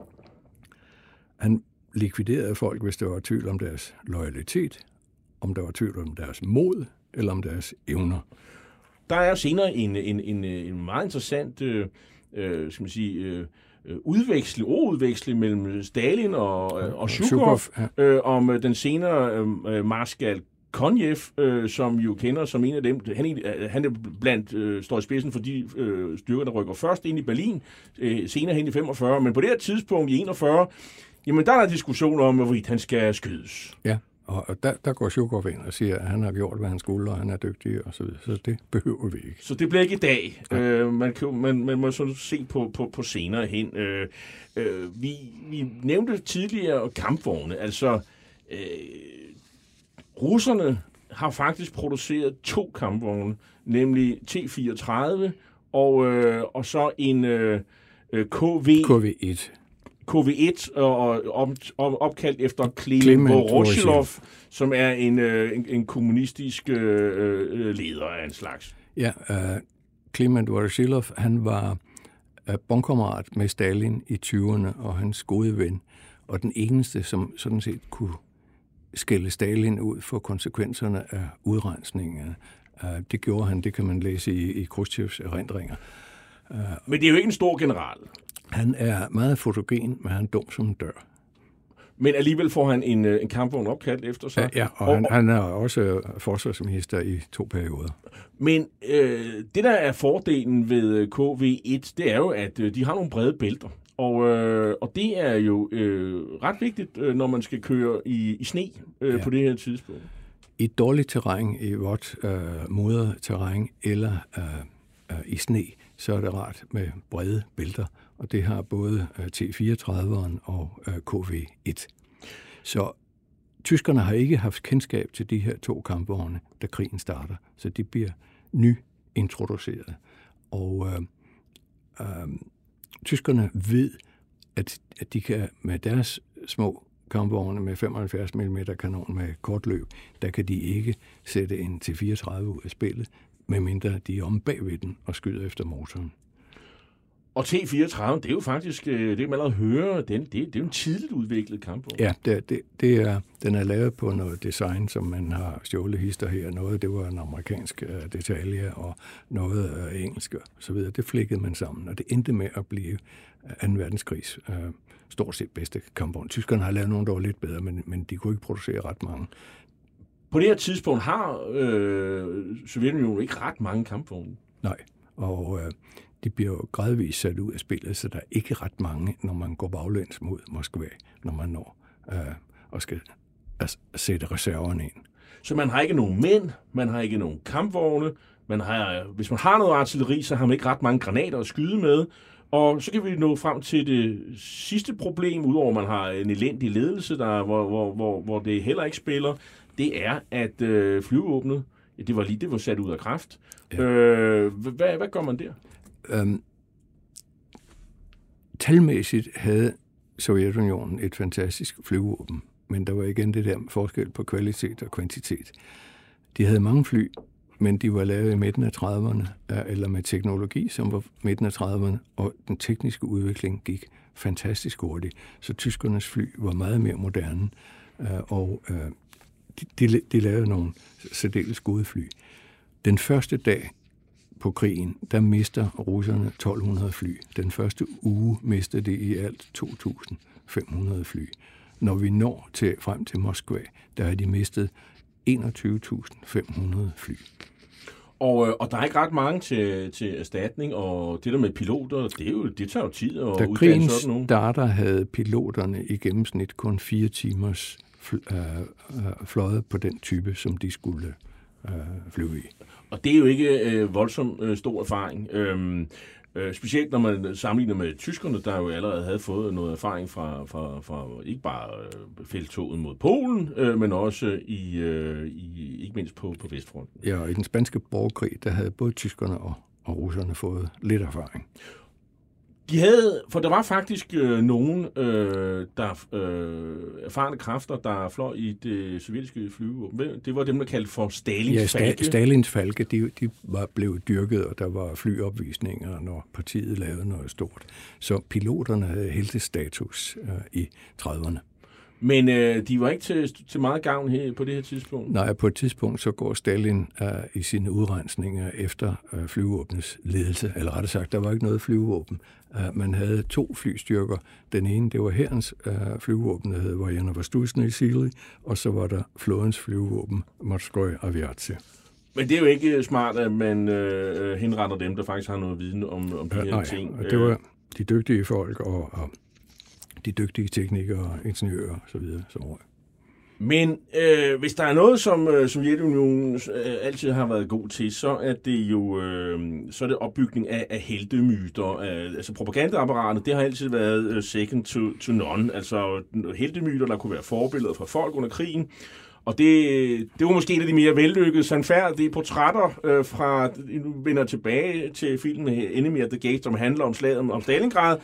Han likviderede folk, hvis der var tvivl om deres loyalitet, om der var tvivl om deres mod, eller om deres evner. Der er jo senere en, en, en, en meget interessant øh, øh, skal man sige, øh, udveksling, ordudveksling mellem Stalin og, og, og Zjukov ja. øh, om den senere øh, marskal Konjev, øh, som jo kender som en af dem. Han, han er blandt, øh, står i spidsen for de øh, styrker, der rykker først ind i Berlin, øh, senere hen i femogfyrre, men på det her tidspunkt i enogfyrre, jamen der er der diskussion om, hvorvidt han skal skydes. Ja, og der, der går Zjukov ind og siger, at han har gjort, hvad han skulle, og han er dygtig, og så videre. Så det behøver vi ikke. Så det bliver ikke i dag. Ja. Øh, man, kan, man, man må så se på, på, på senere hen. Øh, øh, vi, vi nævnte tidligere kampvogne, altså øh, russerne har faktisk produceret to kampvogne, nemlig T fireogtredive og, øh, og så en øh, K V et. K V et og op, op, opkaldt efter Klemen Voroshilov, som er en, en, en kommunistisk øh, leder af en slags. Ja, uh, Klemen Voroshilov, han var uh, bondkammerat med Stalin i tyverne, og hans gode ven, og den eneste, som sådan set kunne skælde Stalin ud for konsekvenserne af udrensningen. Uh, det gjorde han, det kan man læse i, i Khrushchevs erindringer. Uh, Men det er jo ikke en stor general. Han er meget fotogen, men han er dum som en dør. Men alligevel får han en, en kampvogn opkaldt efter sig. Ja, ja og, og han, han er også forsvarsminister i to perioder. Men øh, det, der er fordelen ved K V et, det er jo, at de har nogle brede bælter. Og, øh, og det er jo øh, ret vigtigt, øh, når man skal køre i, i sne øh, ja. på det her tidspunkt. I dårligt terræn, i vådt øh, modret terræn eller øh, øh, i sne, så er det rart med brede bælter. Og det har både øh, T fireogtredive'eren og øh, K V et. Så tyskerne har ikke haft kendskab til de her to kampvogne, da krigen starter. Så de bliver nyintroduceret. Og øh, øh, tyskerne ved, at, at de kan med deres små kampvogne med femoghalvfjerds millimeter kanon med kort løb, der kan de ikke sætte en T fireogtredive ud af spillet, medmindre de er om bagved den og skyder efter motoren. Og T fireogtredive, det er jo faktisk, det kan man allerede høre, den, det, det er jo en tidligt udviklet kampvogn. Ja, det, det, det er, den er lavet på noget design, som man har stjålet hister her. Noget, det var en amerikansk uh, detalje, og noget uh, engelsk og så videre. Det flækkede man sammen, og det endte med at blive anden verdenskrigs uh, stort set bedste kampvogn. Tyskerne har lavet nogle, der var lidt bedre, men, men de kunne ikke producere ret mange. På det her tidspunkt har øh, Sovjetunionen ikke ret mange kampvogne. Nej, og uh, de bliver jo gradvist sat ud af spillet, så der er ikke ret mange, når man går baglæns mod Moskva, når man når øh, og skal altså, sætte reserverne ind. Så man har ikke nogen mænd, man har ikke nogen kampvogne, man har, hvis man har noget artilleri, så har man ikke ret mange granater at skyde med, og så kan vi nå frem til det sidste problem, udover at man har en elendig ledelse, der, hvor, hvor, hvor, hvor det heller ikke spiller, det er, at øh, flyvevåbnet, det var lige det var sat ud af kraft. Ja. Øh, hvad, hvad gør man der? Øhm, talmæssigt havde Sovjetunionen et fantastisk flyvevåben, men der var igen det der forskel på kvalitet og kvantitet. De havde mange fly, men de var lavet i midten af trediverne, eller med teknologi, som var midten af trediverne, og den tekniske udvikling gik fantastisk hurtigt. Så tyskernes fly var meget mere moderne, og de, de, de lavede nogle særdeles gode fly. Den første dag på krigen, der mister russerne tolv hundrede fly. Den første uge mister de i alt to tusind fem hundrede fly. Når vi når til, frem til Moskva, der har de mistet enogtyve tusind fem hundrede fly. Og, og der er ikke ret mange til, til erstatning, og det der med piloter, det, er jo, det tager jo tid at da uddanne sådan nogle. Da krigen starter, havde piloterne i gennemsnit kun fire timers fl- øh, øh, fløjet på den type, som de skulle øh, flyve i. Og det er jo ikke øh, voldsomt øh, stor erfaring. Øhm, øh, specielt når man sammenligner med tyskerne, der jo allerede havde fået noget erfaring fra, fra, fra ikke bare øh, felttoget mod Polen, øh, men også i, øh, i ikke mindst på, på Vestfronten. Ja, og i den spanske borgerkrig, der havde både tyskerne og, og russerne fået lidt erfaring. De havde, for der var faktisk øh, nogen øh, der øh, erfarne kræfter, der fløj i det sovjetiske flyvevåben. Det var dem, der kaldte for Stalins ja, falke. Ja, Stalins falke, de, de var blevet dyrket, og der var flyopvisninger, når partiet lavede noget stort. Så piloterne havde heltestatus øh, i trediverne. Men øh, de var ikke til, til meget gavn her på det her tidspunkt? Nej, på et tidspunkt så går Stalin øh, i sine udrensninger efter øh, flyvåbnets ledelse. Eller rettere sagt, der var ikke noget flyvåben. Uh, man havde to flystyrker. Den ene, det var hærens uh, flyvåben, der hed Vojennovostochny Sily, og så var der flådens flyvåben, Morskoi Aviatia. Men det er jo ikke smart, at man øh, henretter dem, der faktisk har noget viden om, om de uh, her nej, ting. Nej, det var de dygtige folk og, og de dygtige teknikere og ingeniører osv. som røg. Men øh, hvis der er noget, som øh, Sovjetunionen øh, altid har været god til, så er det jo øh, så er det opbygning af, af heltemyter. Af, altså propagandaapparatet, det har altid været øh, second to, to none. Altså heltemyter, der kunne være forbilleder fra folk under krigen. Og det, det var måske et af de mere vellykkede, sandfærdige portrætter øh, fra, nu vender tilbage til filmen Enemy at the Gates, som handler om slaget om Stalingrad,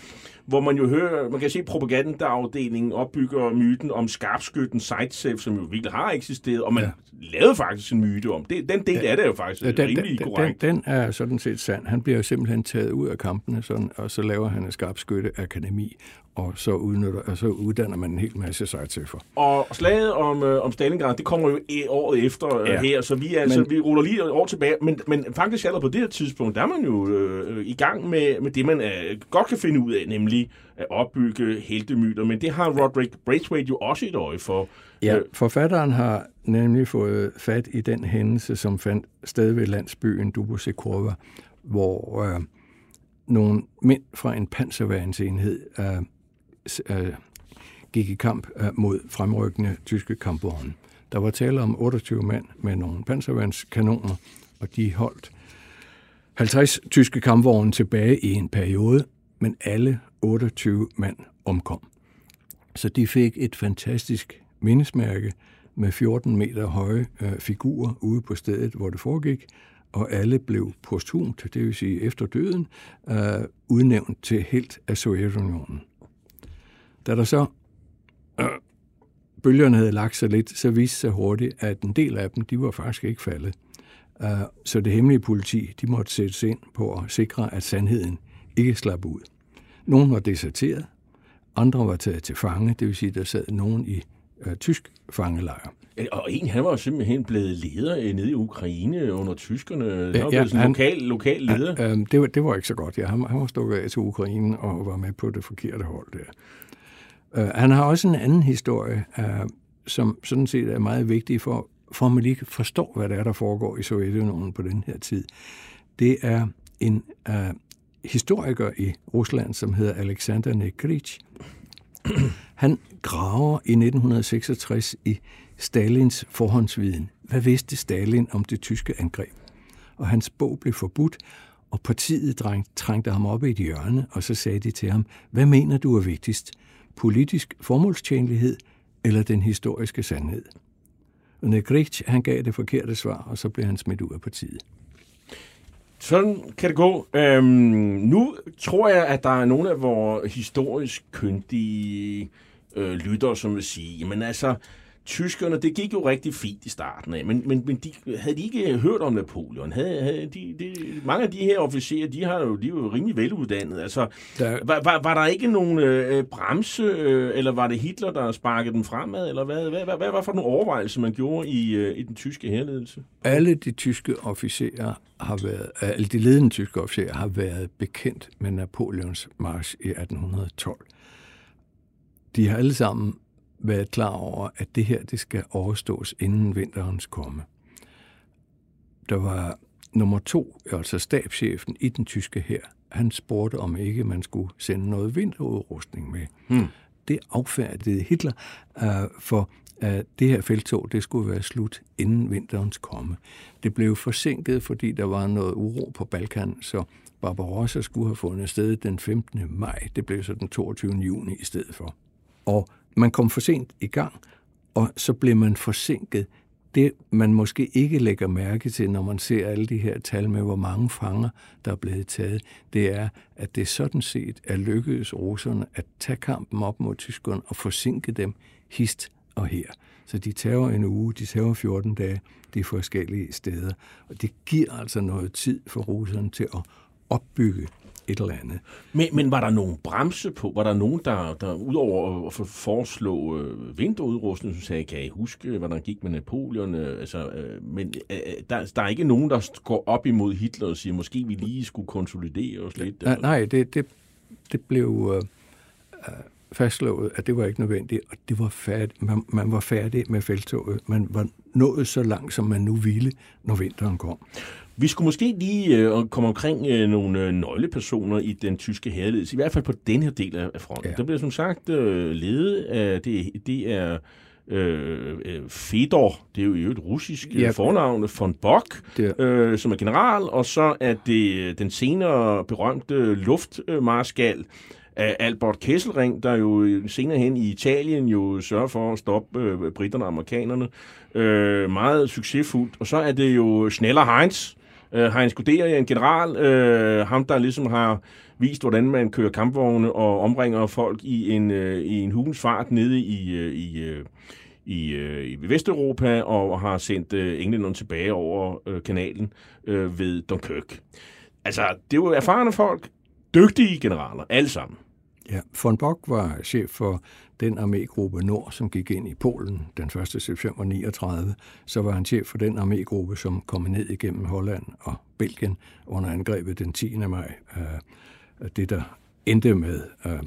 hvor man jo hører, man kan se propagandaafdelingen opbygger myten om skarpskytten Zaitsev, som jo virkelig har eksisteret, og man ja. lavede faktisk en myte om. Det, den del ja. af det er jo faktisk ja, den, rimelig den, korrekt. Den, den er sådan set sand. Han bliver jo simpelthen taget ud af kampene, sådan, og så laver han et skarpskytteakademi, og så, udnytter, og så uddanner man en hel masse Zaitsever. Og slaget om, øh, om Stalingrad, det kommer jo året efter øh, ja. her, så vi, altså, men, vi ruller lige et år tilbage, men, men faktisk allerede på det her tidspunkt, der er man jo øh, i gang med, med det, man øh, godt kan finde ud af, nemlig at opbygge heltemyter, men det har Roderick Braithwaite jo også et øje for. Ja, forfatteren har nemlig fået fat i den hændelse, som fandt sted ved landsbyen Dubosekurva, hvor øh, nogle mænd fra en panserværnsenhed øh, øh, gik i kamp øh, mod fremrykkende tyske kampvogne. Der var tale om otteogtyve mand med nogle panserværnskanoner, og de holdt halvtreds tyske kampvogne tilbage i en periode, men alle otteogtyve mand omkom. Så de fik et fantastisk mindesmærke med fjorten meter høje øh, figurer ude på stedet, hvor det foregik, og alle blev posthumt, det vil sige efter døden, øh, udnævnt til helt af Sovjetunionen. Da der så øh, bølgerne havde lagt sig lidt, så viste sig hurtigt, at en del af dem, de var faktisk ikke faldet. Uh, så det hemmelige politi, de måtte sættes ind på at sikre, at sandheden ikke slap ud. Nogle var deserteret, andre var taget til fange, det vil sige, der sad nogen i uh, tysk fangelejr. Og en, han var jo simpelthen blevet leder nede i Ukraine under tyskerne. Han ja, var ja, blevet sådan han, lokal, lokal leder. Ja, um, det, var, det var ikke så godt. Ja, han, han var stukket af til Ukraine og var med på det forkerte hold der. Uh, han har også en anden historie, uh, som sådan set er meget vigtig for, for at man lige forstår, hvad der er, der foregår i Sovjetunionen på den her tid. Det er en uh, historiker i Rusland, som hedder Alexander Nekrich. Han graver i nitten seksogtres i Stalins forhåndsviden. Hvad vidste Stalin om det tyske angreb? Og hans bog blev forbudt, og partiet trængte ham op i et hjørne, og så sagde de til ham, hvad mener du er vigtigst? Politisk formålstjenlighed eller den historiske sandhed? Og Nekrich, han gav det forkerte svar, og så blev han smidt ud af partiet. Sådan kan det gå. Øhm, nu tror jeg, at der er nogle af vores historisk kyndige øh, lyttere, som vil sige, jamen altså, tyskerne, det gik jo rigtig fint i starten af, men, men, men de, havde de ikke hørt om Napoleon? Havde, havde de, de, mange af de her officerer, de, har jo, de er jo rimelig veluddannede. Altså, der... var, var, var der ikke nogen øh, bremse, øh, eller var det Hitler, der sparkede dem fremad? Eller hvad, hvad, hvad, hvad var for nogle overvejelser, man gjorde i, øh, i den tyske hærledelse? Alle de tyske officerer har været, alle de ledende tyske officerer har været bekendt med Napoleons march i atten tolv. De har alle sammen været klar over, at det her det skal overstås inden vinterens komme. Der var nummer to, altså stabschefen i den tyske hær, han spurgte, om ikke man skulle sende noget vinterudrustning med. Hmm. Det affærdigede Hitler, uh, for uh, det her felttog, det skulle være slut inden vinterens komme. Det blev forsinket, fordi der var noget uro på Balkan, så Barbarossa skulle have fundet sted den femtende maj. Det blev så den toogtyvende juni i stedet for. Og man kom for sent i gang, og så blev man forsinket. Det, man måske ikke lægger mærke til, når man ser alle de her tal med, hvor mange fanger, der er blevet taget, det er, at det sådan set er lykkedes russerne at tage kampen op mod tyskerne og forsinke dem hist og her. Så de tager en uge, de tager fjorten dage, de forskellige steder. Og det giver altså noget tid for russerne til at opbygge et eller andet. Men, men var der nogen bremse på? Var der nogen, der, der udover at foreslå øh, vinterudrustning, som sagde, kan I huske, hvad der gik med Napoleon? Øh, altså, øh, men øh, der, der er ikke nogen, der går op imod Hitler og siger, måske vi lige skulle konsolidere os lidt? Ja, nej, det, det, det blev øh, fastslået, at det var ikke nødvendigt, og det var færdig, man, man var færdig med felttoget. Man var nået så langt, som man nu ville, når vinteren kom. Vi skulle måske lige øh, komme omkring øh, nogle øh, nøglepersoner i den tyske hærledelse, i hvert fald på den her del af fronten. Ja. Der bliver som sagt øh, ledet af, det, det er øh, Fedor, det er jo et russisk ja. fornavn, von Bock, øh, som er general, og så er det den senere berømte luftmarskal, Albert Kesselring, der jo senere hen i Italien jo sørger for at stoppe øh, britterne og amerikanerne. Øh, meget succesfuldt. Og så er det jo Schneller Heinz, Øh, Heinz Guderian, en general, øh, ham der ligesom har vist, hvordan man kører kampvogne og omringer folk i en, øh, i en hulens fart nede i, øh, i, øh, i, øh, i Vesteuropa, og har sendt øh, englænderne tilbage over øh, kanalen øh, ved Dunkirk. Altså, det er jo erfarne folk, dygtige generaler, alle sammen. Ja, von Bock var chef for den armégruppe Nord, som gik ind i Polen den første september niogtredive. Så var han chef for den armégruppe, som kom ned igennem Holland og Belgien under angrebet den tiende maj. Det, der endte med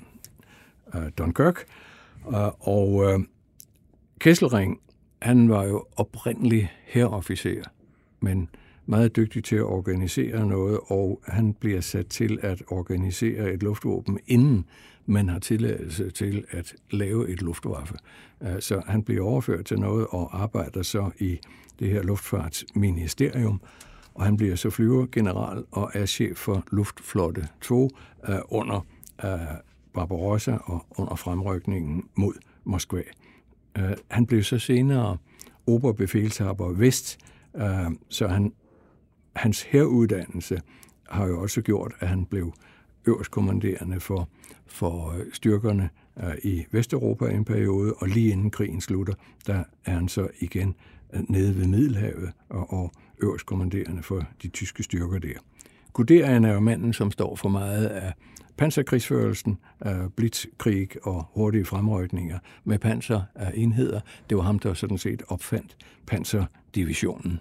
Dunkirk. Og Kesselring, han var jo oprindelig hærofficer, men meget dygtig til at organisere noget, og han bliver sat til at organisere et luftvåben, inden man har tilladelse til at lave et luftwaffe. Så han bliver overført til noget og arbejder så i det her luftfartsministerium, og han bliver så flyvergeneral og er chef for Luftflotte to under Barbarossa og under fremrykningen mod Moskva. Han blev så senere oberbefalshaber vest, så han Hans hæruddannelse har jo også gjort, at han blev øverstkommanderende for, for styrkerne uh, i Vesteuropa en periode, og lige inden krigen slutter, der er han så igen uh, nede ved Middelhavet og, og øverstkommanderende for de tyske styrker der. Guderian er jo manden, som står for meget af panserkrigsførelsen, uh, blitzkrig og hurtige fremrykninger med panserenheder. Det var ham, der sådan set opfandt panserdivisionen.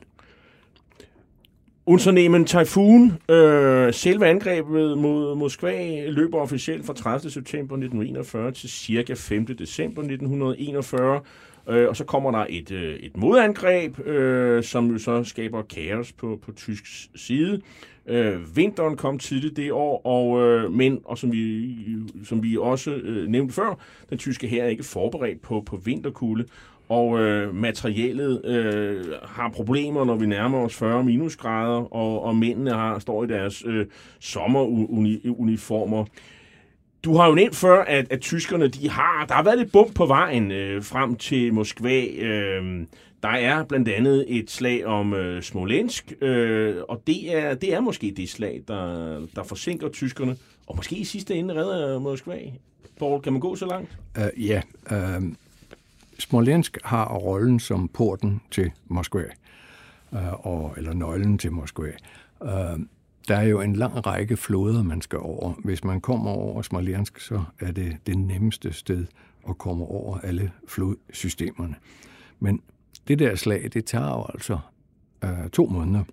Unternehmen Typhoon, øh, selve angrebet mod Moskva, løber officielt fra tredivte september nitten enogfyrre til cirka femte december nitten enogfyrre, øh, og så kommer der et, øh, et modangreb, øh, som jo så skaber kaos på, på tysk side. Øh, vinteren kom tidligt det år, og, øh, men, og som vi, som vi også øh, nævnte før, den tyske hær er ikke forberedt på, på vinterkulde, og øh, materialet øh, har problemer, når vi nærmer os fyrre minusgrader, og, og mændene har, står i deres øh, sommeruniformer. Du har jo nævnt før, at, at tyskerne, de har, der har været lidt bump på vejen øh, frem til Moskva. Øh, der er blandt andet et slag om øh, Smolensk, øh, og det er, det er måske det slag, der, der forsinker tyskerne, og måske i sidste ende redder Moskva. Paul, kan man gå så langt? Uh, ja, uh... Smolensk har rollen som porten til Moskva, øh, og, eller nøglen til Moskva. Øh, der er jo en lang række floder, man skal over. Hvis man kommer over Smolensk, så er det det nemmeste sted at komme over alle flodsystemerne. Men det der slag, det tager jo altså øh, to måneder,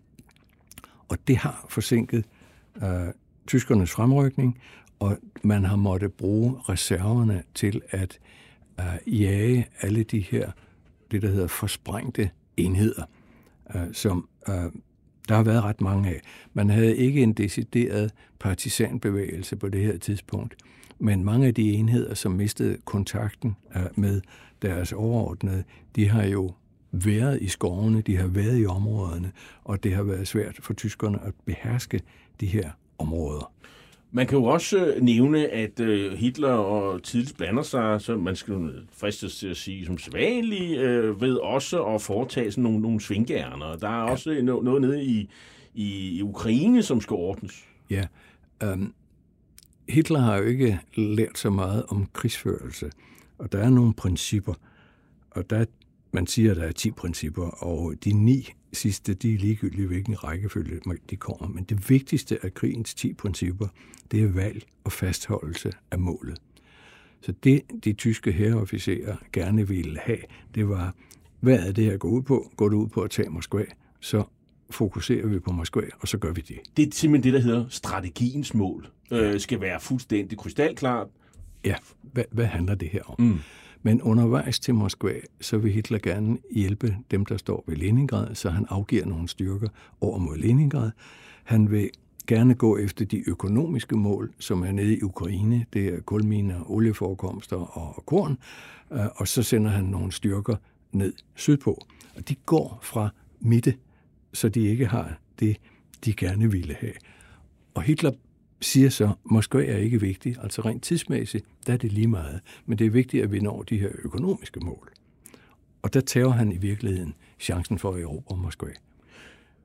og det har forsinket øh, tyskernes fremrykning, og man har måttet bruge reserverne til at Uh, jage alle de her, det der hedder forsprængte enheder, uh, som uh, der har været ret mange af. Man havde ikke en decideret partisanbevægelse på det her tidspunkt, men mange af de enheder, som mistede kontakten uh, med deres overordnede, de har jo været i skovene, de har været i områderne, og det har været svært for tyskerne at beherske de her områder. Man kan jo også nævne, at Hitler og tidligt blander sig, så man skal fristes til at sige som sædvanligt, ved også at foretage sådan nogle, nogle svingærner. Der er ja. også noget nede i, i Ukraine, som skal ordnes. Ja, um, Hitler har jo ikke lært så meget om krigsførelse, og der er nogle principper, og der, man siger, at der er ti principper, og de ni sidste, de er ligegyldige, hvilken rækkefølge de kommer. Men det vigtigste af krigens ti principper, det er valg og fastholdelse af målet. Så det, de tyske hærofficerer gerne ville have, det var, hvad er det her går ud på? Går det ud på at tage Moskva, så fokuserer vi på Moskva, og så gør vi det. Det er simpelthen det, der hedder strategiens mål. Ja. Øh, skal være fuldstændig krystalklart. Ja, hvad, hvad handler det her om? Mm. Men undervejs til Moskva, så vil Hitler gerne hjælpe dem, der står ved Leningrad, så han afgiver nogle styrker over mod Leningrad. Han vil gerne gå efter de økonomiske mål, som er nede i Ukraine. Det er kulminer, olieforekomster og korn. Og så sender han nogle styrker ned sydpå. Og de går fra midte, så de ikke har det, de gerne ville have. Og Hitler siger så, Moskva er ikke vigtig, altså rent tidsmæssigt, der er det lige meget. Men det er vigtigt, at vi når de her økonomiske mål. Og der tager han i virkeligheden chancen for at erobre Moskva.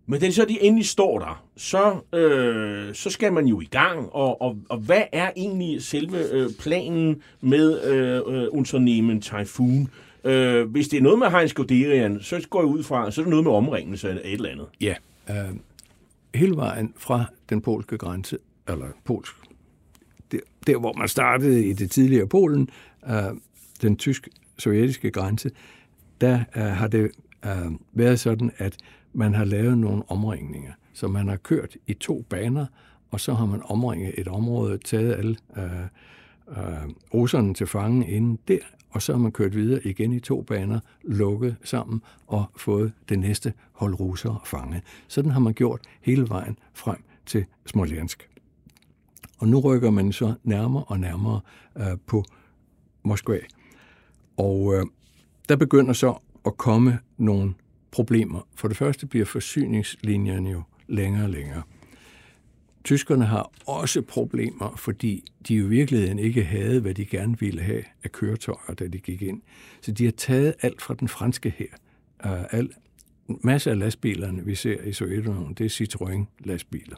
Men den så de endelig står der, så, øh, så skal man jo i gang, og, og, og hvad er egentlig selve øh, planen med øh, Unternehmen Typhoon? Øh, hvis det er noget med Heinz Guderian, så går jeg ud fra, så er det noget med omringelse af et eller andet. Ja, øh, hele vejen fra den polske grænse, eller polsk, der, der hvor man startede i det tidligere Polen, øh, den tysk-sovjetiske grænse, der øh, har det øh, været sådan, at man har lavet nogle omringninger. Så man har kørt i to baner, og så har man omringet et område, taget alle øh, øh, russerne til fange inden der, og så har man kørt videre igen i to baner, lukket sammen og fået det næste hold russere fanget. Sådan har man gjort hele vejen frem til Smolensk. Og nu rykker man så nærmere og nærmere øh, på Moskva. Og øh, der begynder så at komme nogle problemer. For det første bliver forsyningslinjerne jo længere og længere. Tyskerne har også problemer, fordi de i virkeligheden ikke havde, hvad de gerne ville have af køretøjer, da de gik ind. Så de har taget alt fra den franske her. Al, masser af lastbilerne, vi ser i Sovjetunionen, det er Citroën-lastbiler.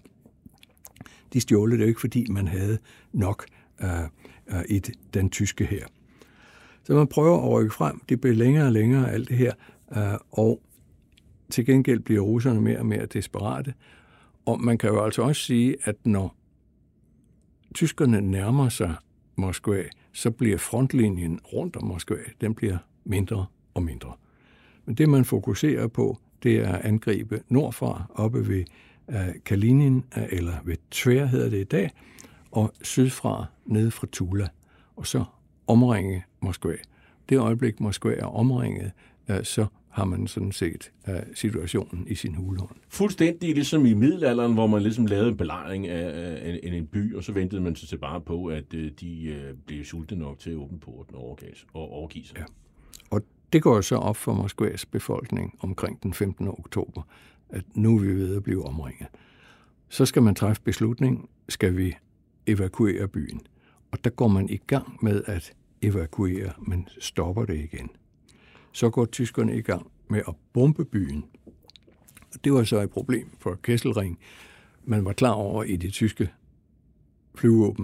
De stjålede det jo ikke, fordi man havde nok uh, uh, i den tyske her. Så man prøver at rykke frem. Det bliver længere og længere, alt det her. Uh, og til gengæld bliver russerne mere og mere desperate. Og man kan jo altså også sige, at når tyskerne nærmer sig Moskva, så bliver frontlinjen rundt om Moskva, den bliver mindre og mindre. Men det, man fokuserer på, det er at angribe nordfra, oppe ved uh, Kalinin, uh, eller ved Tver hedder det i dag, og sydfra, nede fra Tula, og så omringe Moskva. Det øjeblik, Moskva er omringet, uh, så har man sådan set uh, situationen i sin hulehånd. Fuldstændig ligesom i middelalderen, hvor man ligesom lavede en belejring af, af en, en by, og så ventede man sig til bare på, at uh, de uh, blev sultne nok til at åbne porten og overgive sig. Ja. Og det går så op for Moskvas befolkning omkring den femtende oktober, at nu er vi ved at blive omringet. Så skal man træffe beslutning, skal vi evakuere byen. Og der går man i gang med at evakuere, men stopper det igen. Så går tyskerne i gang med at bombe byen. Det var så et problem for Kesselring. Man var klar over i det tyske flyvåben,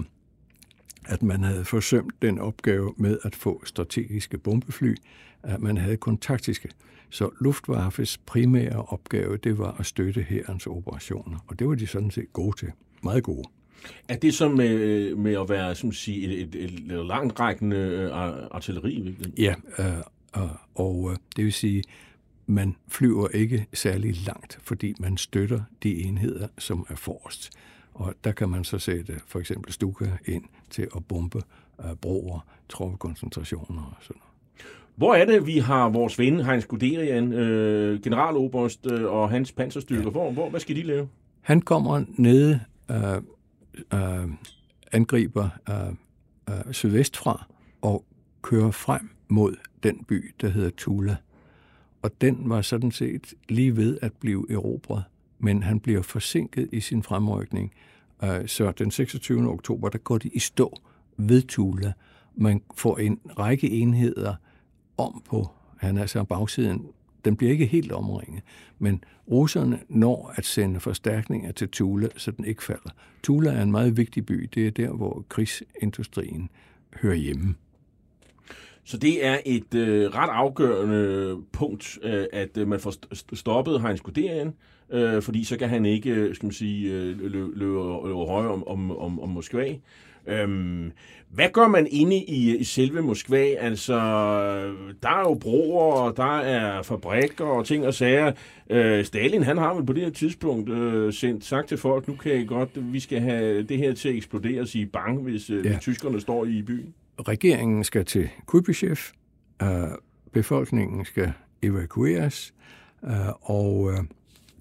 at man havde forsømt den opgave med at få strategiske bombefly, at man havde kun taktiske. Så Luftwaffes primære opgave, det var at støtte hærens operationer. Og det var de sådan set gode til. Meget gode. Er det så med, med at være som sige, et, et, et langtrækkende artilleri? Virkelig? Ja, øh, og, og det vil sige, man flyver ikke særlig langt, fordi man støtter de enheder, som er forrest. Og der kan man så sætte for eksempel Stuka ind til at bombe uh, broer, troppekoncentrationer og sådan noget. Hvor er det, vi har vores ven Heinz Guderian, øh, generaloberst øh, og hans panserstyrker? Ja. Hvor, hvor, hvad skal de lave? Han kommer nede, øh, øh, angriber øh, øh, sydvestfra og kører frem mod den by, der hedder Tula. Og den var sådan set lige ved at blive erobret, men han bliver forsinket i sin fremrykning. Så den seksogtyvende oktober, der går de i stå ved Tula. Man får en række enheder om på, han er så bagsiden. Den bliver ikke helt omringet, men russerne når at sende forstærkninger til Tula, så den ikke falder. Tula er en meget vigtig by. Det er der, hvor krigsindustrien hører hjemme. Så det er et øh, ret afgørende punkt, øh, at øh, man får st- stoppet Heinz Guderian, øh, fordi så kan han ikke, skal man sige, øh, løbe, løbe, løbe højere om, om, om, om Moskva. Øhm, hvad gør man inde i, i selve Moskva? Altså, der er jo broer, og der er fabrikker og ting og sager. Øh, Stalin, han har vel på det her tidspunkt øh, sendt sagt til folk, nu kan I godt, vi skal have det her til at eksplodere og sige bang, hvis, øh, ja. hvis tyskerne står i byen. Regeringen skal til Kuibyshev, øh, befolkningen skal evakueres, øh, og øh,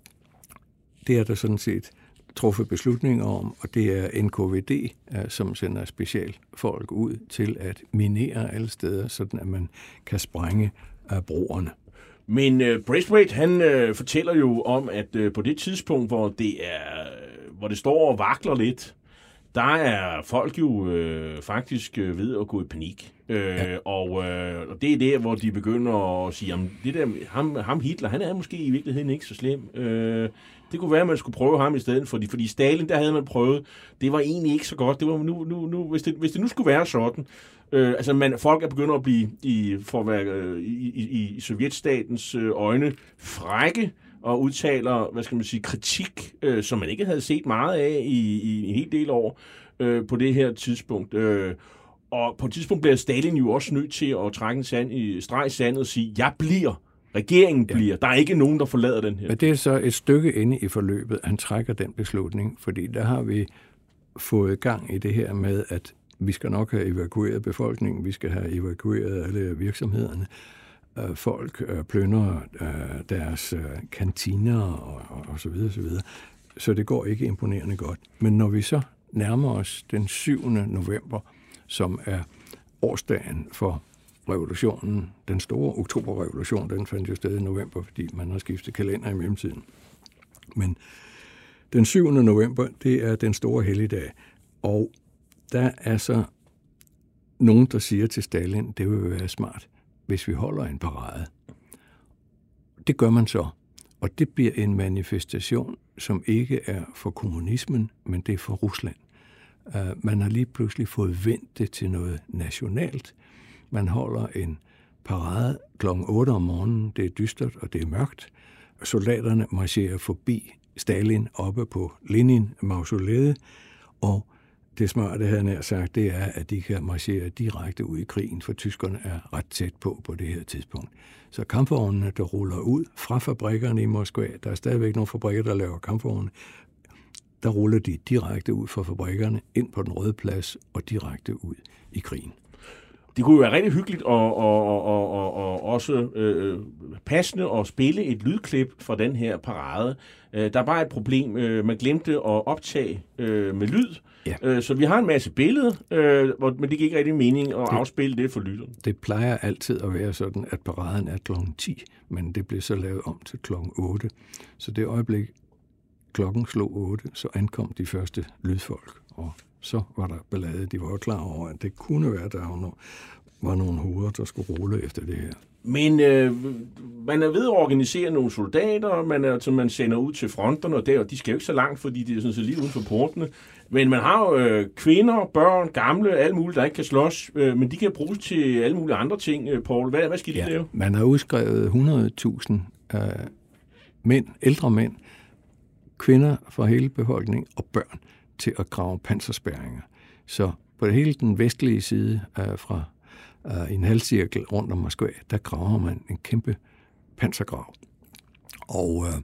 det er der sådan set truffet beslutninger om, og det er N K V D, øh, som sender specialfolk ud til at minere alle steder, sådan at man kan sprænge øh, broerne. Men uh, Braithwaite, han uh, fortæller jo om, at uh, på det tidspunkt, hvor det er, hvor det står og vakler lidt, der er folk jo øh, faktisk øh, ved at gå i panik. Øh, ja. og, øh, og det er der, hvor de begynder at sige, jamen, det der, ham, ham Hitler, han er måske i virkeligheden ikke så slem. Øh, det kunne være, at man skulle prøve ham i stedet, fordi, fordi Stalin, der havde man prøvet, det var egentlig ikke så godt. Det var nu, nu, nu, hvis, det, hvis det nu skulle være sådan, øh, altså man, folk er begyndt at blive, i, for at være øh, i, i, i sovjetstatens øh, øjne, frække, og udtaler, hvad skal man sige, kritik, øh, som man ikke havde set meget af i, i en hel del år øh, på det her tidspunkt. Øh, og på et tidspunkt bliver Stalin jo også nødt til at trække en sand i, streg i sandet og sige, jeg bliver, regeringen bliver. Ja. Der er ikke nogen, der forlader den her. Men det er så et stykke inde i forløbet, han trækker den beslutning, fordi der har vi fået gang i det her med, at vi skal nok have evakueret befolkningen, vi skal have evakueret alle virksomhederne. Folk øh, plyndrer øh, deres øh, kantiner og, og, og så videre, så videre. Så det går ikke imponerende godt. Men når vi så nærmer os den syvende november, som er årsdagen for revolutionen, den store oktoberrevolution, den fandt jo sted i november, fordi man har skiftet kalender i mellemtiden. Men den syvende november, det er den store helligdag, og der er så nogen, der siger til Stalin, det vil være smart, hvis vi holder en parade. Det gør man så, og det bliver en manifestation, som ikke er for kommunismen, men det er for Rusland. Uh, man har lige pludselig fået vendt det til noget nationalt. Man holder en parade klokken otte om morgenen, det er dystert og det er mørkt. Soldaterne marcherer forbi Stalin oppe på Lenin-mausoleet, og det smarte, han har sagt, det er, at de kan marchere direkte ud i krigen, for tyskerne er ret tæt på på det her tidspunkt. Så kampvognene, der ruller ud fra fabrikkerne i Moskva, der er stadigvæk nogle fabrikker, der laver kampvogne, der ruller de direkte ud fra fabrikkerne, ind på den røde plads og direkte ud i krigen. Det kunne jo være rigtig hyggeligt og, og, og, og, og også øh, passende at spille et lydklip fra den her parade. Øh, der er bare et problem. Øh, man glemte at optage øh, med lyd. Ja. Øh, så vi har en masse billeder, øh, hvor, men det giver ikke rigtig mening at det, afspille det for lytteren. Det plejer altid at være sådan, at paraden er klokken ti, men det blev så lavet om til klokken otte. Så det øjeblik, klokken slog otte, så ankom de første lydfolk, og så var der ballade. De var jo klar over, at det kunne være, at der var nogle hoveder, der skulle rulle efter det her. Men øh, man er ved at organisere nogle soldater, man, er, som man sender ud til fronterne, og der, og de skal jo ikke så langt, fordi de er sådan set lige uden for portene. Men man har jo øh, kvinder, børn, gamle, alle mulige, der ikke kan slås, øh, men de kan bruges til alle mulige andre ting. Øh, Poul, hvad, hvad skal de ja, lave? Man har udskrevet hundrede tusind øh, mænd, ældre mænd, kvinder fra hele befolkningen og børn til at grave panserspærringer. Så på hele den vestlige side øh, fra øh, en halvcirkel rundt om Moskva, der graver man en kæmpe pansergrav. Og øh,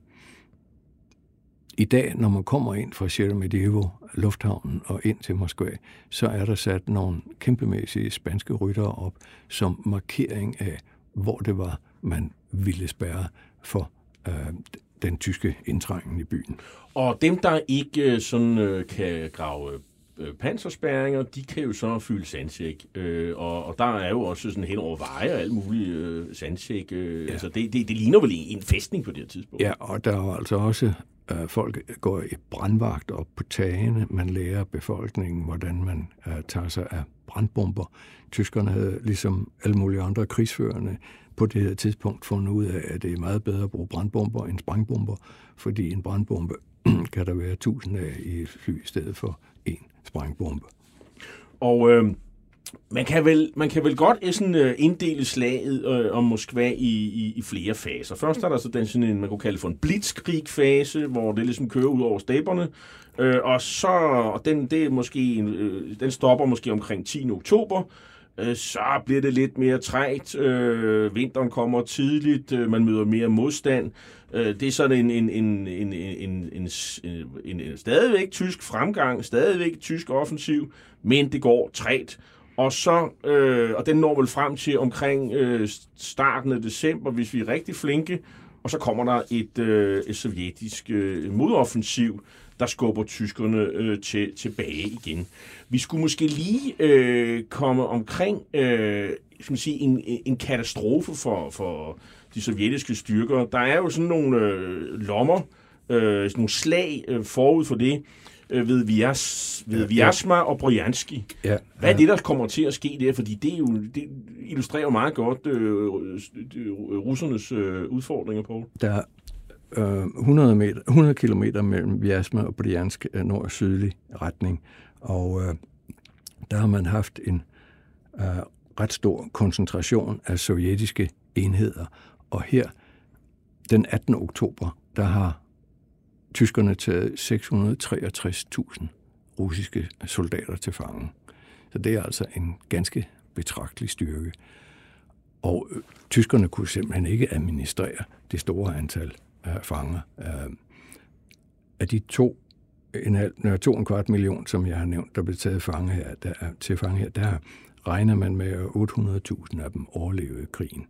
i dag, når man kommer ind fra Sheremetyevo lufthavnen og ind til Moskva, så er der sat nogle kæmpemæssige spanske ryttere op som markering af, hvor det var, man ville spærre for øh, den tyske indtrængen i byen. Og dem, der ikke sådan øh, kan grave øh, panserspærringer, de kan jo så fylde sandsæk. Øh, og, og der er jo også sådan hen over veje og alle mulige øh, sandsæk. Øh, ja. Altså det, det, det ligner vel en fæstning på det her tidspunkt. Ja, og der er altså også øh, folk går i brandvagt op på tagene. Man lærer befolkningen, hvordan man øh, tager sig af brandbomber. Tyskerne havde ligesom alle mulige andre krigsførende på det her tidspunkt fundet ud af, at det er meget bedre at bruge brandbomber end sprængbomber, fordi en brandbombe kan der være tusind af i et fly i stedet for en sprængbombe. Og øh, man, kan vel, man kan vel godt sådan, uh, inddele slaget øh, om Moskva i, i, i flere faser. Først er der så den sådan en, man kunne kalde for en blitzkrig-fase, hvor det ligesom kører ud over stepperne, øh, og så og den, det er måske en, øh, den stopper måske omkring tiende oktober. Så bliver det lidt mere trægt. Øh, vinteren kommer tidligt. Øh, man møder mere modstand. Øh, det er sådan en, en, en, en, en, en, en, en stadigvæk tysk fremgang, stadigvæk tysk offensiv, men det går trægt. Og så øh, og den når vel frem til omkring øh, starten af december, hvis vi er rigtig flinke. Og så kommer der et, øh, et sovjetisk øh, modoffensiv, der skubber tyskerne øh, til, tilbage igen. Vi skulle måske lige øh, komme omkring øh, skal man sige, en, en katastrofe for, for de sovjetiske styrker. Der er jo sådan nogle øh, lommer, øh, sådan nogle slag øh, forud for det. øh, ved, Vias, ved ja, Vyazma ja. og Bryansk. Ja, Hvad er det, der kommer til at ske der? Fordi det, er jo, det illustrerer jo meget godt øh, russernes øh, udfordringer, Poul. Der er øh, hundrede, meter, hundrede kilometer mellem Vyazma og Bryansk øh, nord- og sydlig retning, og øh, der har man haft en øh, ret stor koncentration af sovjetiske enheder. Og her, den attende oktober, der har tyskerne taget seks hundrede og treogtres tusind russiske soldater til fange. Så det er altså en ganske betragtelig styrke. Og øh, tyskerne kunne simpelthen ikke administrere det store antal af øh, fanger. Øh, af de to en, halv, to en kvart million, som jeg har nævnt, der blev taget fange her, der, til fange her, der regner man med, at otte hundrede tusind af dem overlevede krigen.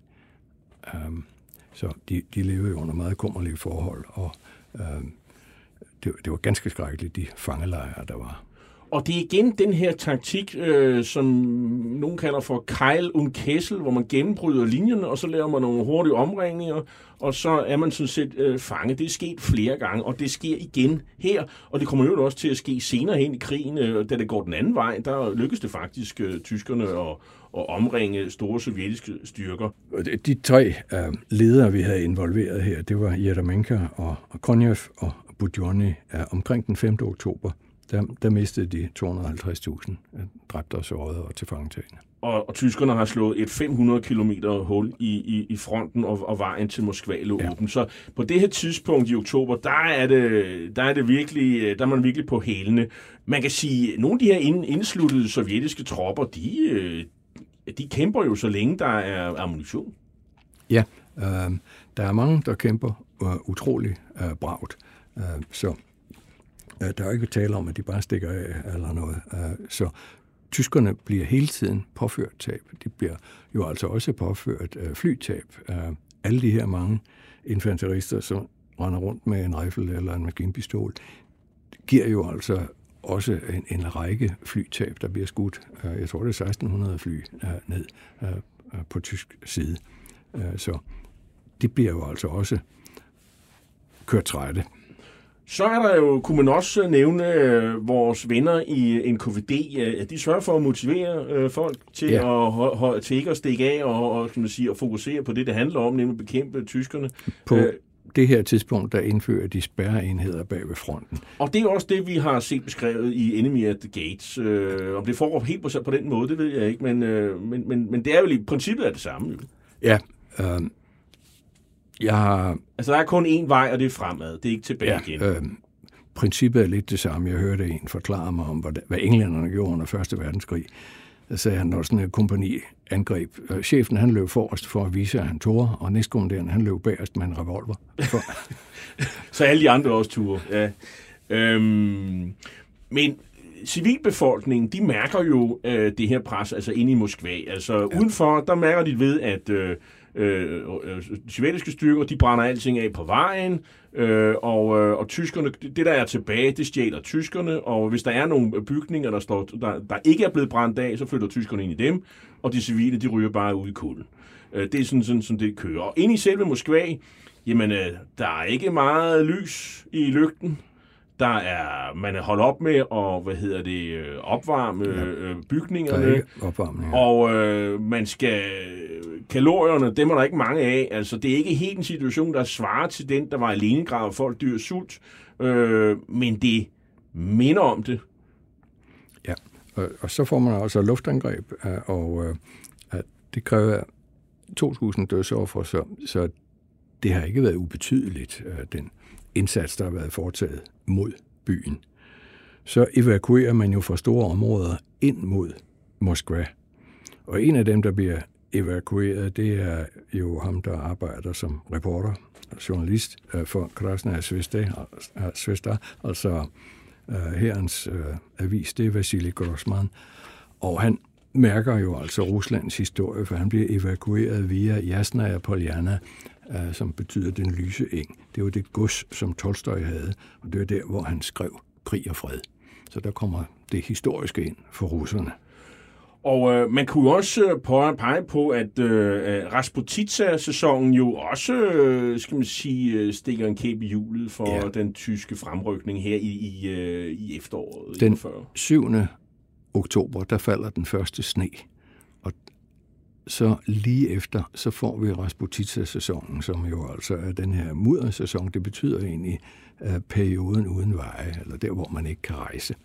Um, så de, de levede jo under meget kummerlige forhold, og um, det, det var ganske skrækkeligt, de fangelejre, der var. Og det er igen den her taktik, øh, som nogen kalder for Keil und Kessel, hvor man gennembryder linjerne, og så laver man nogle hurtige omringninger, og så er man sådan set øh, fanget. Det er sket flere gange, og det sker igen her, og det kommer jo også til at ske senere hen i krigen, øh, da det går den anden vej. Der lykkes det faktisk øh, tyskerne at, at omringe store sovjetiske styrker. De tre øh, ledere, vi havde involveret her, det var Yermomenko og, og Konjev og Budjonni øh, omkring den femte oktober. Der, der mistede de to hundrede og halvtreds tusind dræbte og sårede og tilfangetagne. Og, og tyskerne har slået et fem hundrede kilometer hul i, i, i fronten, og, og vejen til Moskva lå ja. åben. Så på det her tidspunkt i oktober, der er det, der er det virkelig, der er man virkelig på hælene. Man kan sige, at nogle af de her ind, indsluttede sovjetiske tropper, de, de kæmper jo så længe der er ammunition. Ja, øh, der er mange, der kæmper uh, utrolig uh, bravt. Uh, så der er jo ikke tale om, at de bare stikker af eller noget. Så tyskerne bliver hele tiden påført tab. De bliver jo altså også påført flytab. Alle de her mange infanterister, som render rundt med en rifle eller en maskinpistol, giver jo altså også en, en række flytab, der bliver skudt. Jeg tror, det er seksten hundrede fly ned på tysk side. Så de bliver jo altså også kørt trætte. Så er der jo, kunne man også nævne øh, vores venner i N K V D, at de sørger for at motivere øh, folk til, ja. at, ho- ho- til ikke at stikke af og, og, kan man sige, at fokusere på det, det handler om, nemlig at bekæmpe tyskerne. På øh, det her tidspunkt, der indfører de spærreenheder bag ved fronten. Og det er også det, vi har set beskrevet i Enemy at the Gates. Øh, om det foregår helt på, på den måde, det ved jeg ikke, men, øh, men, men, men det er jo i princippet af det samme. Jo. Ja, øh, Jeg har, altså, der er kun én vej, og det er fremad. Det er ikke tilbage ja, igen. Øh, princippet er lidt det samme. Jeg hørte en forklare mig om, hvad, hvad englænderne gjorde under første verdenskrig. Der sagde han, når sådan en kompagni angreb. Øh, chefen, han løb forrest for at vise, at han tog, og næstkommanderende, han løb bagerst med en revolver. For... Så alle de andre også turde. Ja. Øhm, men civilbefolkningen, de mærker jo øh, det her pres, altså inde i Moskva. Altså ja. Udenfor, der mærker de ved, at øh, øh, øh, sovjetiske styrker, de brænder alting af på vejen, øh, og, øh, og tyskerne, det der er tilbage, det stjæler tyskerne, og hvis der er nogle bygninger, der, står, der, der ikke er blevet brændt af, så flytter tyskerne ind i dem, og de civile, de ryger bare ud i kulden. Øh, det er sådan, sådan, sådan det kører. Og inde i selve Moskva, jamen, øh, der er ikke meget lys i lygten. Der er, man er holdt op med at, hvad hedder det, opvarme ja. bygningerne. Opvarmning, ja. Og øh, man skal, kalorierne, dem er der ikke mange af. Altså, det er ikke helt en situation, der svarer til den, der var i Leningrad, og folk dør sult. Øh, men det minder om det. Ja, og, og så får man også luftangreb, og øh, det kræver to tusind dødsoffer, så, så det har ikke været ubetydeligt, øh, den indsats, der har været foretaget mod byen. Så evakuerer man jo fra store områder ind mod Moskva. Og en af dem, der bliver evakueret, det er jo ham, der arbejder som reporter, journalist for Krasnaya Zvezda, altså hærens avis, det er Vasily Grossman. Og han mærker jo altså Ruslands historie, for han bliver evakueret via Jasnaya Polyana, som betyder den lyse eng. Det var det gods, som Tolstoj havde, og det var der, hvor han skrev Krig og Fred. Så der kommer det historiske ind for russerne. Og øh, man kunne også på, pege på, at øh, Rasputitsa-sæsonen jo også, øh, skal man sige, stikker en kæp i hjulet for ja. den tyske fremrykning her i, i, øh, i efteråret. Den syvende oktober, der falder den første sne. Og så lige efter, så får vi Rasputitsa-sæsonen, som jo altså er den her muddersæson. Det betyder egentlig uh, perioden uden veje, eller der, hvor man ikke kan rejse.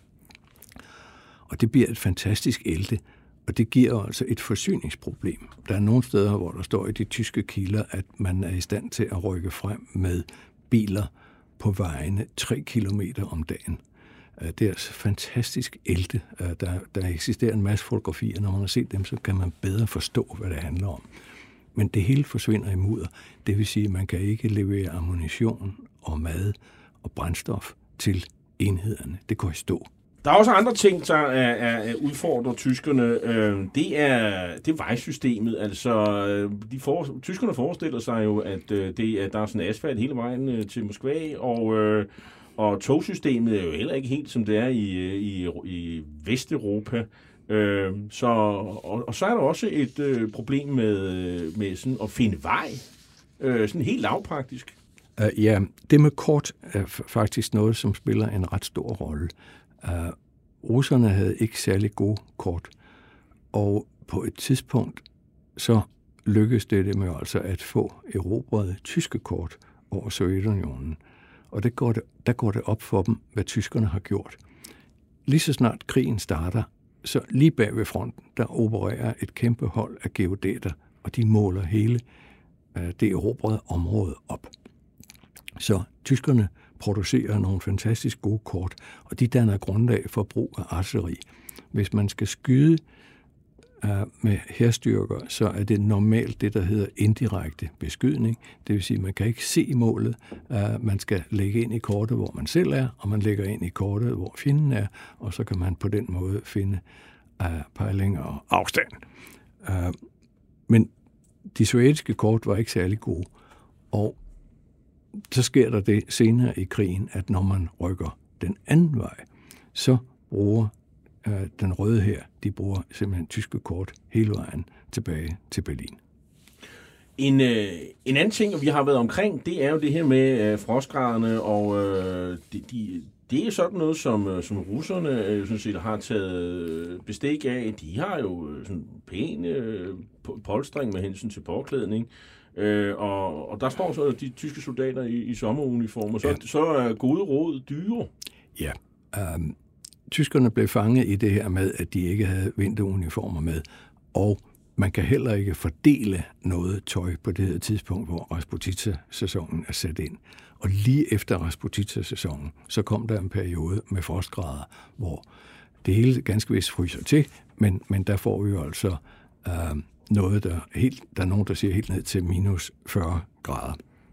Og det bliver et fantastisk elte, og det giver altså et forsyningsproblem. Der er nogle steder, hvor der står i de tyske kilder, at man er i stand til at rykke frem med biler på vejene tre kilometer om dagen. Det er altså fantastisk elte. Der, der eksisterer en masse fotografier. Når man har set dem, så kan man bedre forstå, hvad det handler om. Men det hele forsvinder i mudder. Det vil sige, at man kan ikke levere ammunition og mad og brændstof til enhederne. Det går i stå. Der er også andre ting, der er, er udfordrer tyskerne. Det er, det er vejsystemet. Altså, de for, tyskerne forestiller sig jo, at det er, der er sådan asfalt hele vejen til Moskva, og, og togsystemet er jo heller ikke helt, som det er i, i, i Vesteuropa. Så, og, og så er der også et problem med, med sådan at finde vej. Sådan helt lavpraktisk. Uh, ja, det med kort er faktisk noget, som spiller en ret stor rolle. Uh, russerne havde ikke særlig gode kort, og på et tidspunkt så lykkedes det dem jo altså at få erobrede tyske kort over Sovjetunionen. Og det går det, der går det op for dem, hvad tyskerne har gjort. Lige så snart krigen starter, så lige bag ved fronten, der opererer et kæmpe hold af geodeter, og de måler hele uh, det erobrede område op. Så tyskerne producerer nogle fantastisk gode kort, og de danner grundlag for brug af artilleri. Hvis man skal skyde uh, med hærstyrker, så er det normalt det, der hedder indirekte beskydning. Det vil sige, at man kan ikke se målet. Uh, man skal lægge ind i kortet, hvor man selv er, og man lægger ind i kortet, hvor fjenden er, og så kan man på den måde finde uh, pejling og afstand. Uh, men de sovjetiske kort var ikke særlig gode, og så sker der det senere i krigen, at når man rykker den anden vej, så bruger øh, den røde her, de bruger simpelthen tyske kort hele vejen tilbage til Berlin. En, øh, en anden ting, vi har været omkring, det er jo det her med øh, frostgraderne, og øh, de, de, det er sådan noget, som, som russerne øh, sådan set har taget bestik af. De har jo sådan pæn øh, polstring med hensyn til påklædning. Øh, og, og der står så de tyske soldater i, i sommeruniformer. Så, ja. så er gode råd dyre. Ja. Um, tyskerne blev fanget i det her med, at de ikke havde vinteruniformer med. Og man kan heller ikke fordele noget tøj på det her tidspunkt, hvor Rasputitsa-sæsonen er sat ind. Og lige efter Rasputitsa-sæsonen, så kom der en periode med frostgrader, hvor det hele ganske vist fryser til, men, men der får vi jo altså Uh, noget, der, helt, der er nogen, der siger helt ned til minus fyrre grader.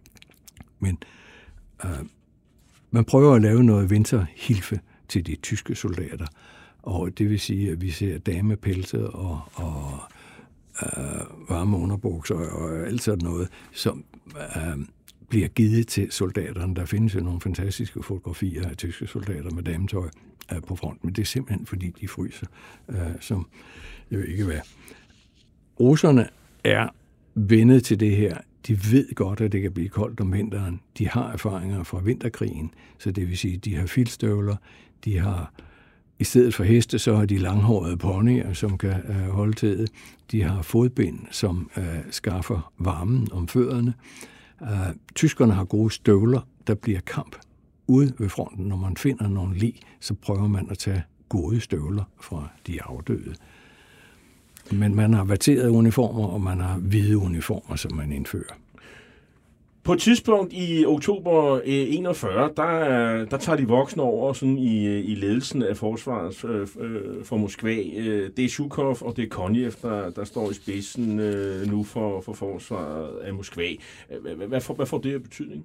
Men øh, man prøver at lave noget vinterhilfe til de tyske soldater, og det vil sige, at vi ser damepelse og, og øh, varme underbukser og alt sådan noget, som øh, bliver givet til soldaterne. Der findes jo nogle fantastiske fotografier af tyske soldater med dametøj øh, på front, men det er simpelthen, fordi de fryser, øh, som jeg ved ikke hvad. Russerne er vendet til det her. De ved godt, at det kan blive koldt om vinteren. De har erfaringer fra vinterkrigen, så det vil sige, at de har filtstøvler. De har, i stedet for heste, så har de langhårede ponyer, som kan øh, holde til. De har fodbind, som øh, skaffer varmen om fødderne. Øh, tyskerne har gode støvler. Der bliver kamp ude ved fronten. Når man finder nogle lig, så prøver man at tage gode støvler fra de afdøde. Men man har vatterede uniformer, og man har hvide uniformer, som man indfører. På et tidspunkt i oktober enogfyrre, der, der tager de voksne over sådan i, i ledelsen af forsvaret øh, for Moskva. Det er Zhukov og det er Konjev, der, der står i spidsen øh, nu for, for forsvaret af Moskva. Hvad får, hvad får det af betydning?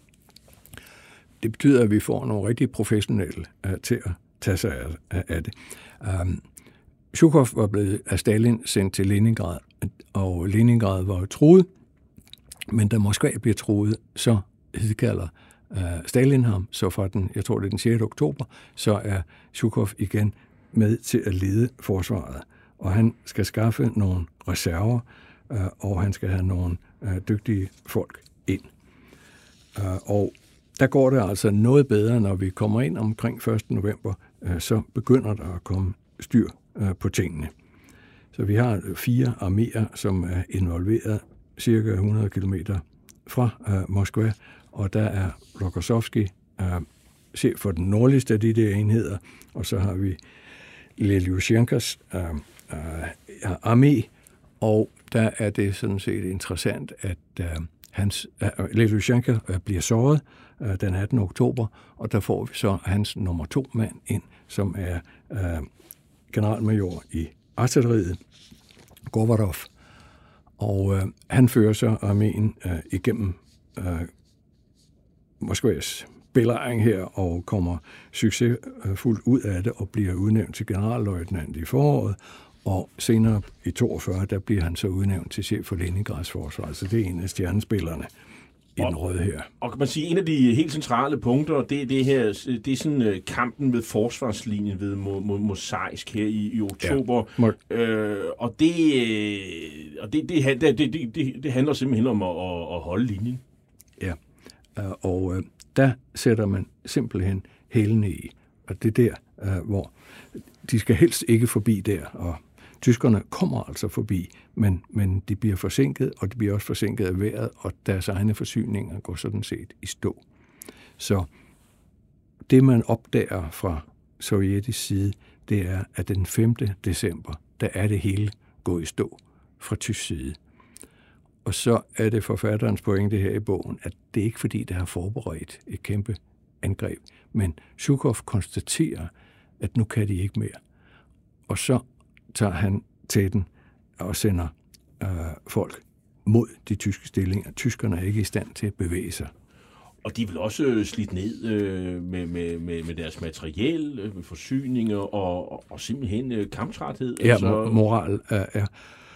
Det betyder, at vi får nogle rigtig professionelle uh, til at tage sig af, af det. Um, Zhukov var blevet af Stalin sendt til Leningrad, og Leningrad var jo truet, men da Moskva bliver truet, så hedkalder uh, Stalin ham, så fra den, jeg tror det er den sjette oktober, så er Zhukov igen med til at lede forsvaret. og han skal skaffe nogle reserver, øh, og han skal have nogle øh, dygtige folk ind. Øh, og der går det altså noget bedre, når vi kommer ind omkring første november, øh, så begynder der at komme styr øh, på tingene. Så vi har fire arméer, som er involveret cirka hundrede kilometer fra øh, Moskva, og der er Rokossovski øh, chef for den nordligste af de der enheder, og så har vi Lelyushenkas øh, øh, armé, og der er det sådan set interessant, at øh, hans, øh, Lelyushenka øh, bliver såret øh, den attende oktober, og der får vi så hans nummer to mand ind, som er øh, generalmajor i artilleriet, Govarov, og øh, han fører så arméen øh, igennem øh, Moskvas belejring her, og kommer succesfuldt ud af det, og bliver udnævnt til generalløjtnant i foråret, og senere i toogfyrre, der bliver han så udnævnt til chef for Leningrads forsvar, så det er en af stjernespillerne i den røde her. Og kan man sige, en af de helt centrale punkter, det er det her, det er sådan kampen ved forsvarslinjen ved Mosaisk her i, i oktober. Ja. Øh, og det, og det, det, det, det, det, det handler simpelthen om at, at holde linjen. Ja, og der sætter man simpelthen hælene i. Og det er der, hvor de skal helst ikke forbi der, og tyskerne kommer altså forbi, men, men de bliver forsinket, og de bliver også forsinket af vejret, og deres egne forsyninger går sådan set i stå. Så det, man opdager fra sovjetisk side, det er, at den femte december, der er det hele gået i stå fra tysk side. Og så er det forfatterens pointe her i bogen, at det er ikke fordi, der har forberedt et kæmpe angreb, men Zhukov konstaterer, at nu kan de ikke mere. Og så tager han tæten og sender øh, folk mod de tyske stillinger. Tyskerne er ikke i stand til at bevæge sig. Og de er vel også slidt ned øh, med, med, med, med deres materiel, øh, med forsyninger og, og, og simpelthen øh, kamptræthed. Ja, altså moral er, er.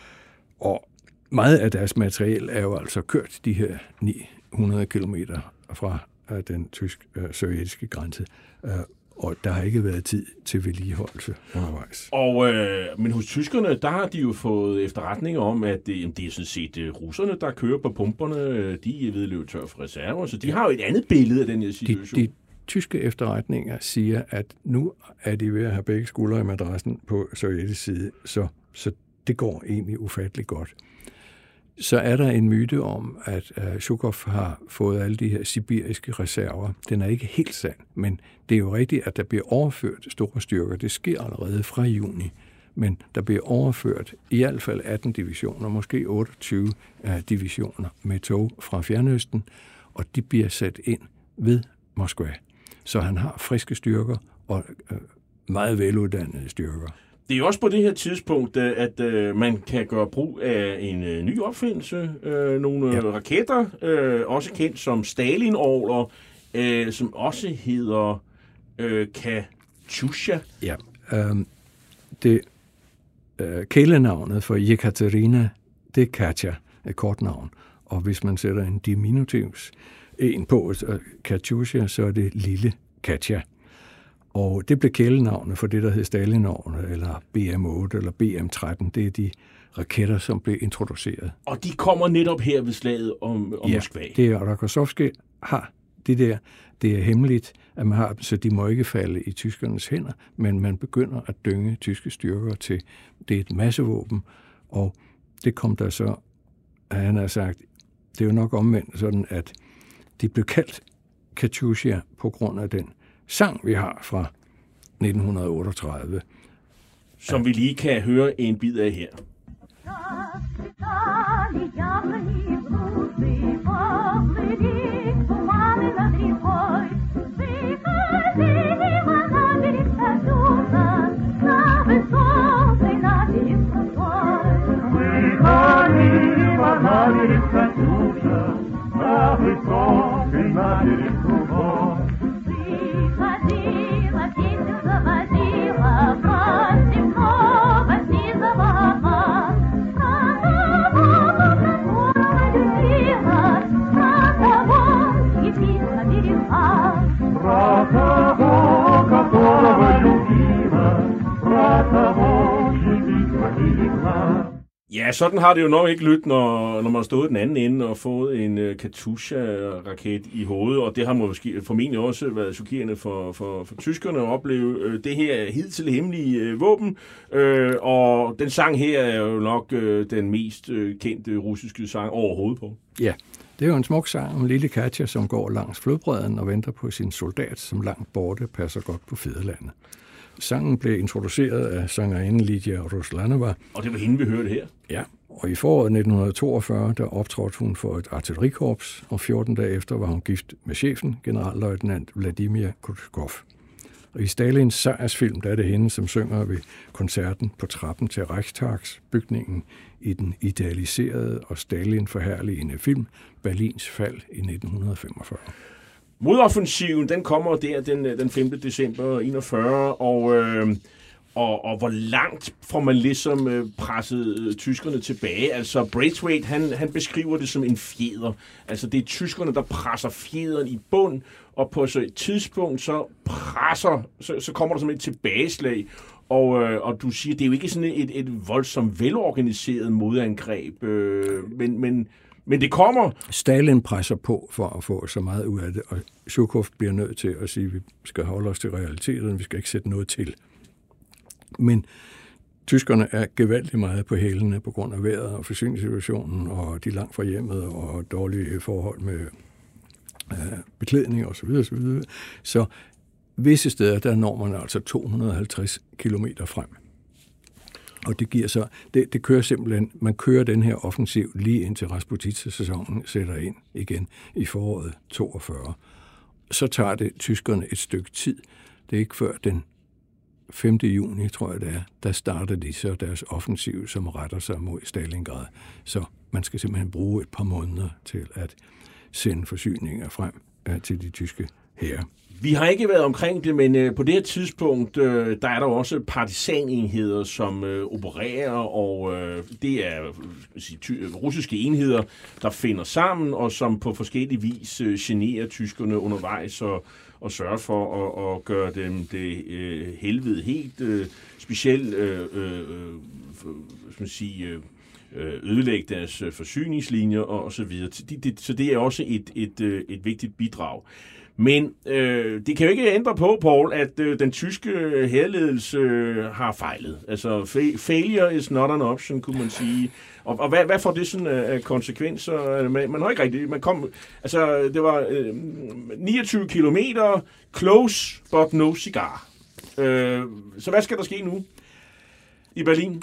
Og meget af deres materiel er jo altså kørt de her ni hundrede kilometer fra øh, den tysk-sovjetiske grænse. Øh, Og der har ikke været tid til vedligeholdelse undervejs. Og, øh, men hos tyskerne, der har de jo fået efterretninger om, at det, det er sådan set uh, russerne, der kører på pumperne. De er ved at løbe tør for reserver, så de har jo et andet billede af den her situation. De, de tyske efterretninger siger, at nu er de ved at have begge skuldre i madrassen på sovjetisk side, så, så det går egentlig ufatteligt godt. Så er der en myte om, at uh, Zhukov har fået alle de her sibiriske reserver. Den er ikke helt sand, men det er jo rigtigt, at der bliver overført store styrker. Det sker allerede fra juni, men der bliver overført i hvert fald atten divisioner, måske otteogtyve uh, divisioner med tog fra Fjernøsten, og de bliver sat ind ved Moskva. Så han har friske styrker og uh, meget veluddannede styrker. Det er jo også på det her tidspunkt, at øh, man kan gøre brug af en øh, ny opfindelse, øh, nogle ja. raketter, øh, også kendt som Stalin-orgler, øh, som også hedder øh, Katyusha. Ja, øh, det øh, kælenavnet for Jekaterina, det er Katja, et kort navn. Og hvis man sætter en diminutivs en på Katyusha, så er det lille Katja. Og det blev kælenavnet for det, der hed Stalin-orglet, eller B M otte eller B M tretten. Det er de raketter, som blev introduceret. Og de kommer netop her ved slaget om, om ja, Moskva. det er Rokossovski har det der. Det er hemmeligt, at man har dem, så de må ikke falde i tyskernes hænder, men man begynder at dynge tyske styrker til. Det er et massevåben, og det kom der så, at han har sagt, det er jo nok omvendt sådan, at de blev kaldt Katyusha på grund af den sang, vi har fra nitten otteogtredive. Som vi lige kan høre en bid af her. Ja, sådan har det jo nok ikke lyttet, når, når man har stået den anden ende og fået en uh, Katusha-raket i hovedet, og det har måske formentlig også været chokerende for, for, for tyskerne at opleve uh, det her hidtil hemmelige uh, våben, uh, og den sang her er jo nok uh, den mest uh, kendte russiske sang overhovedet på. Ja, det er jo en smuk sang om lille Katja, som går langs flodbredden og venter på sin soldat, som langt borte passer godt på fædrelandet. Sangen blev introduceret af sangerinden Lydia Ruslanova. Og det var hende, vi hørte her. Ja, og i foråret nitten toogfyrre, der optrådte hun for et artillerikorps, og fjorten dage efter var hun gift med chefen, generalløjtnant Vladimir Khrushchev. Og i Stalins sejrsfilm, der er det hende, som synger ved koncerten på trappen til Reichstagsbygningen i den idealiserede og Stalin-forherligende film Berlins fald i nitten femogfyrre. Modoffensiven, den kommer der den, den femte december enogfyrre, og, øh, og, og hvor langt får man ligesom øh, presset øh, tyskerne tilbage? Altså Braithwaite, han, han beskriver det som en fjeder. Altså det er tyskerne, der presser fjederen i bund, og på så et tidspunkt, så presser, så, så kommer der som et tilbageslag. Og, øh, og du siger, det er jo ikke sådan et, et voldsomt velorganiseret modangreb, øh, men... men Men det kommer. Stalin presser på for at få så meget ud af det, og Zhukov bliver nødt til at sige, at vi skal holde os til realiteten, vi skal ikke sætte noget til. Men tyskerne er gevaldigt meget på hælene på grund af vejret og forsyningssituationen, og de er langt fra hjemmet og dårlige forhold med øh, beklædning osv. osv. Så visse steder, der når man altså to hundrede og halvtreds kilometer frem. Og det giver så, det, det kører simpelthen, man kører den her offensiv lige indtil Rasputitsa-sæsonen sætter ind igen i foråret toogfyrre. Så tager det tyskerne et stykke tid. Det er ikke før den femte juni, tror jeg det er, der starter de så deres offensiv, som retter sig mod Stalingrad. Så man skal simpelthen bruge et par måneder til at sende forsyninger frem uh, til de tyske hære. Vi har ikke været omkring det, men øh, på det her tidspunkt, øh, der er der også partisanenheder, som øh, opererer, og øh, det er sige, ty- russiske enheder, der finder sammen, og som på forskellige vis øh, generer tyskerne undervejs og, og sørger for at, at gøre dem det øh, helvede helt øh, specielt, øh, øh, skal man sige, øh, ødelægge deres forsyningslinjer og, og så videre. Det, det, så det er også et, et, et, et vigtigt bidrag. Men øh, det kan jo ikke ændre på, Paul, at øh, den tyske hærledelse øh, har fejlet. Altså, fa- failure is not an option, kunne man sige. Og, og hvad, hvad får det sådan af øh, konsekvenser? Man, man har ikke rigtigt... Man kom, altså, det var øh, niogtyve kilometer, close but no cigar. Øh, så hvad skal der ske nu i Berlin?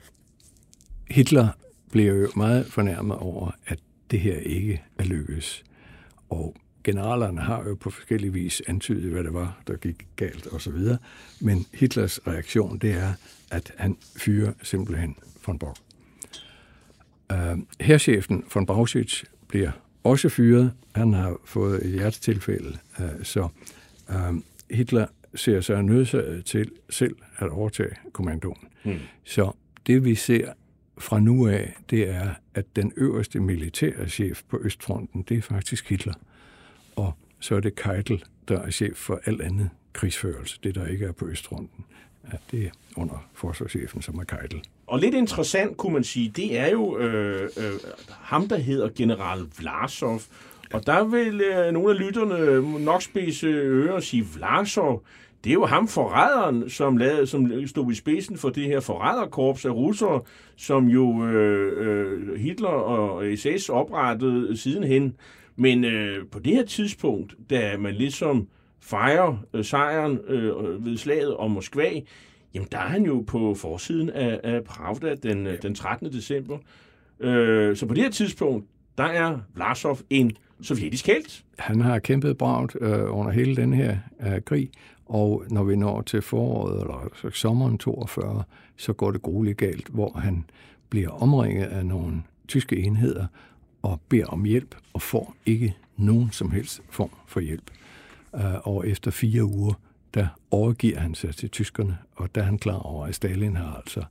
Hitler bliver jo meget fornærmet over, at det her ikke er lykkedes. Og generalerne har jo på forskellige vis antydet, hvad det var, der gik galt osv. Men Hitlers reaktion, det er, at han fyrer simpelthen von Bock. Uh, Hærchefen von Brauchitsch bliver også fyret. Han har fået et hjertetilfælde, uh, så uh, Hitler ser sig nødsaget til selv at overtage kommandoen. Mm. Så det vi ser fra nu af, det er, at den øverste militære chef på Østfronten, det er faktisk Hitler. Og så er det Keitel, der er chef for alt andet krigsførelse, det der ikke er på Østfronten. Ja, det er under forsvarschefen, som er Keitel. Og lidt interessant, kunne man sige, det er jo øh, øh, ham, der hedder general Vlasov. Og der vil øh, nogle af lytterne nok spidse ører og sige, Vlasov, det er jo ham forræderen, som, lavede, som stod i spidsen for det her forræderkorps af russere, som jo øh, øh, Hitler og S S oprettede sidenhen. Men øh, på det her tidspunkt, da man ligesom fejrer øh, sejren øh, ved slaget om Moskva, jamen der er han jo på forsiden af, af Pravda den, ja. den trettende december. Øh, så på det her tidspunkt, der er Vlasov en sovjetisk helt. Han har kæmpet bravt øh, under hele den her øh, krig, og når vi når til foråret, eller så sommeren toogfyrre, så går det grueligt galt, hvor han bliver omringet af nogle tyske enheder, og beder om hjælp, og får ikke nogen som helst form for hjælp. Og efter fire uger, der overgiver han sig til tyskerne, og der er han klar over, at Stalin har altså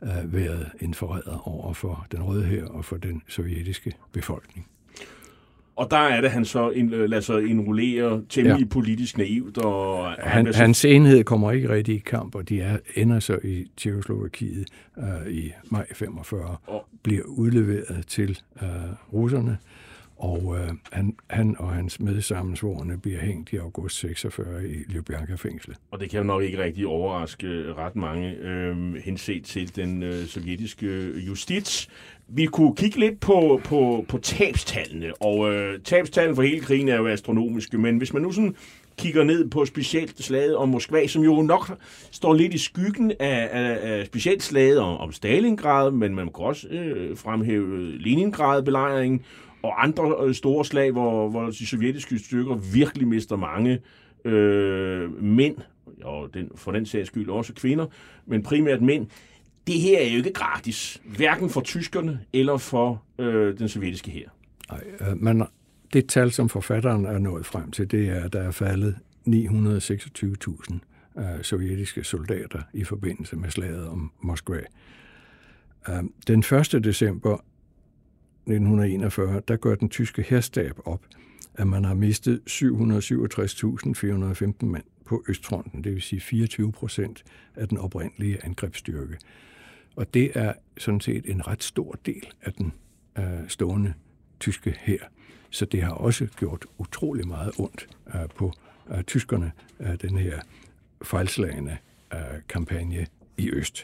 været en forræder over for den røde hær og for den sovjetiske befolkning. Og der er det, han så in, lader sig indrullere temmelig ja. politisk naivt. Og han, han hans enhed kommer ikke rigtig i kamp, og de er, ender så i Tjekkoslovakiet uh, i maj femogfyrre, og bliver udleveret til uh, russerne, og uh, han, han og hans medsammensvorne bliver hængt i august seksogfyrre i Ljubljanka-fængslet. Og det kan jo nok ikke rigtig overraske ret mange øh, henset til den øh, sovjetiske justits. Vi kunne kigge lidt på, på, på tabstallene, og øh, tabstallene for hele krigen er jo astronomiske, men hvis man nu sådan kigger ned på specielt slaget om Moskva, som jo nok står lidt i skyggen af, af, af specielt slaget om, om Stalingrad, men man kan også øh, fremhæve Leningrad-belejringen og andre øh, store slag, hvor, hvor de sovjetiske styrker virkelig mister mange øh, mænd, og den, for den sags skyld også kvinder, men primært mænd. Det her er jo ikke gratis, hverken for tyskerne eller for øh, den sovjetiske hær. Nej, øh, men det tal, som forfatteren er nået frem til, det er, at der er faldet ni hundrede og seksogtyve tusind øh, sovjetiske soldater i forbindelse med slaget om Moskva. Øh, den første december nitten enogfyrre, der gør den tyske hærstab op, at man har mistet syv hundrede og syvogtres tusind fire hundrede og femten mand på Østfronten, det vil sige fireogtyve procent af den oprindelige angrebsstyrke. Og det er sådan set en ret stor del af den øh, stående tyske hær. Så det har også gjort utrolig meget ondt øh, på øh, tyskerne, øh, den her fejlslagende øh, kampagne i øst.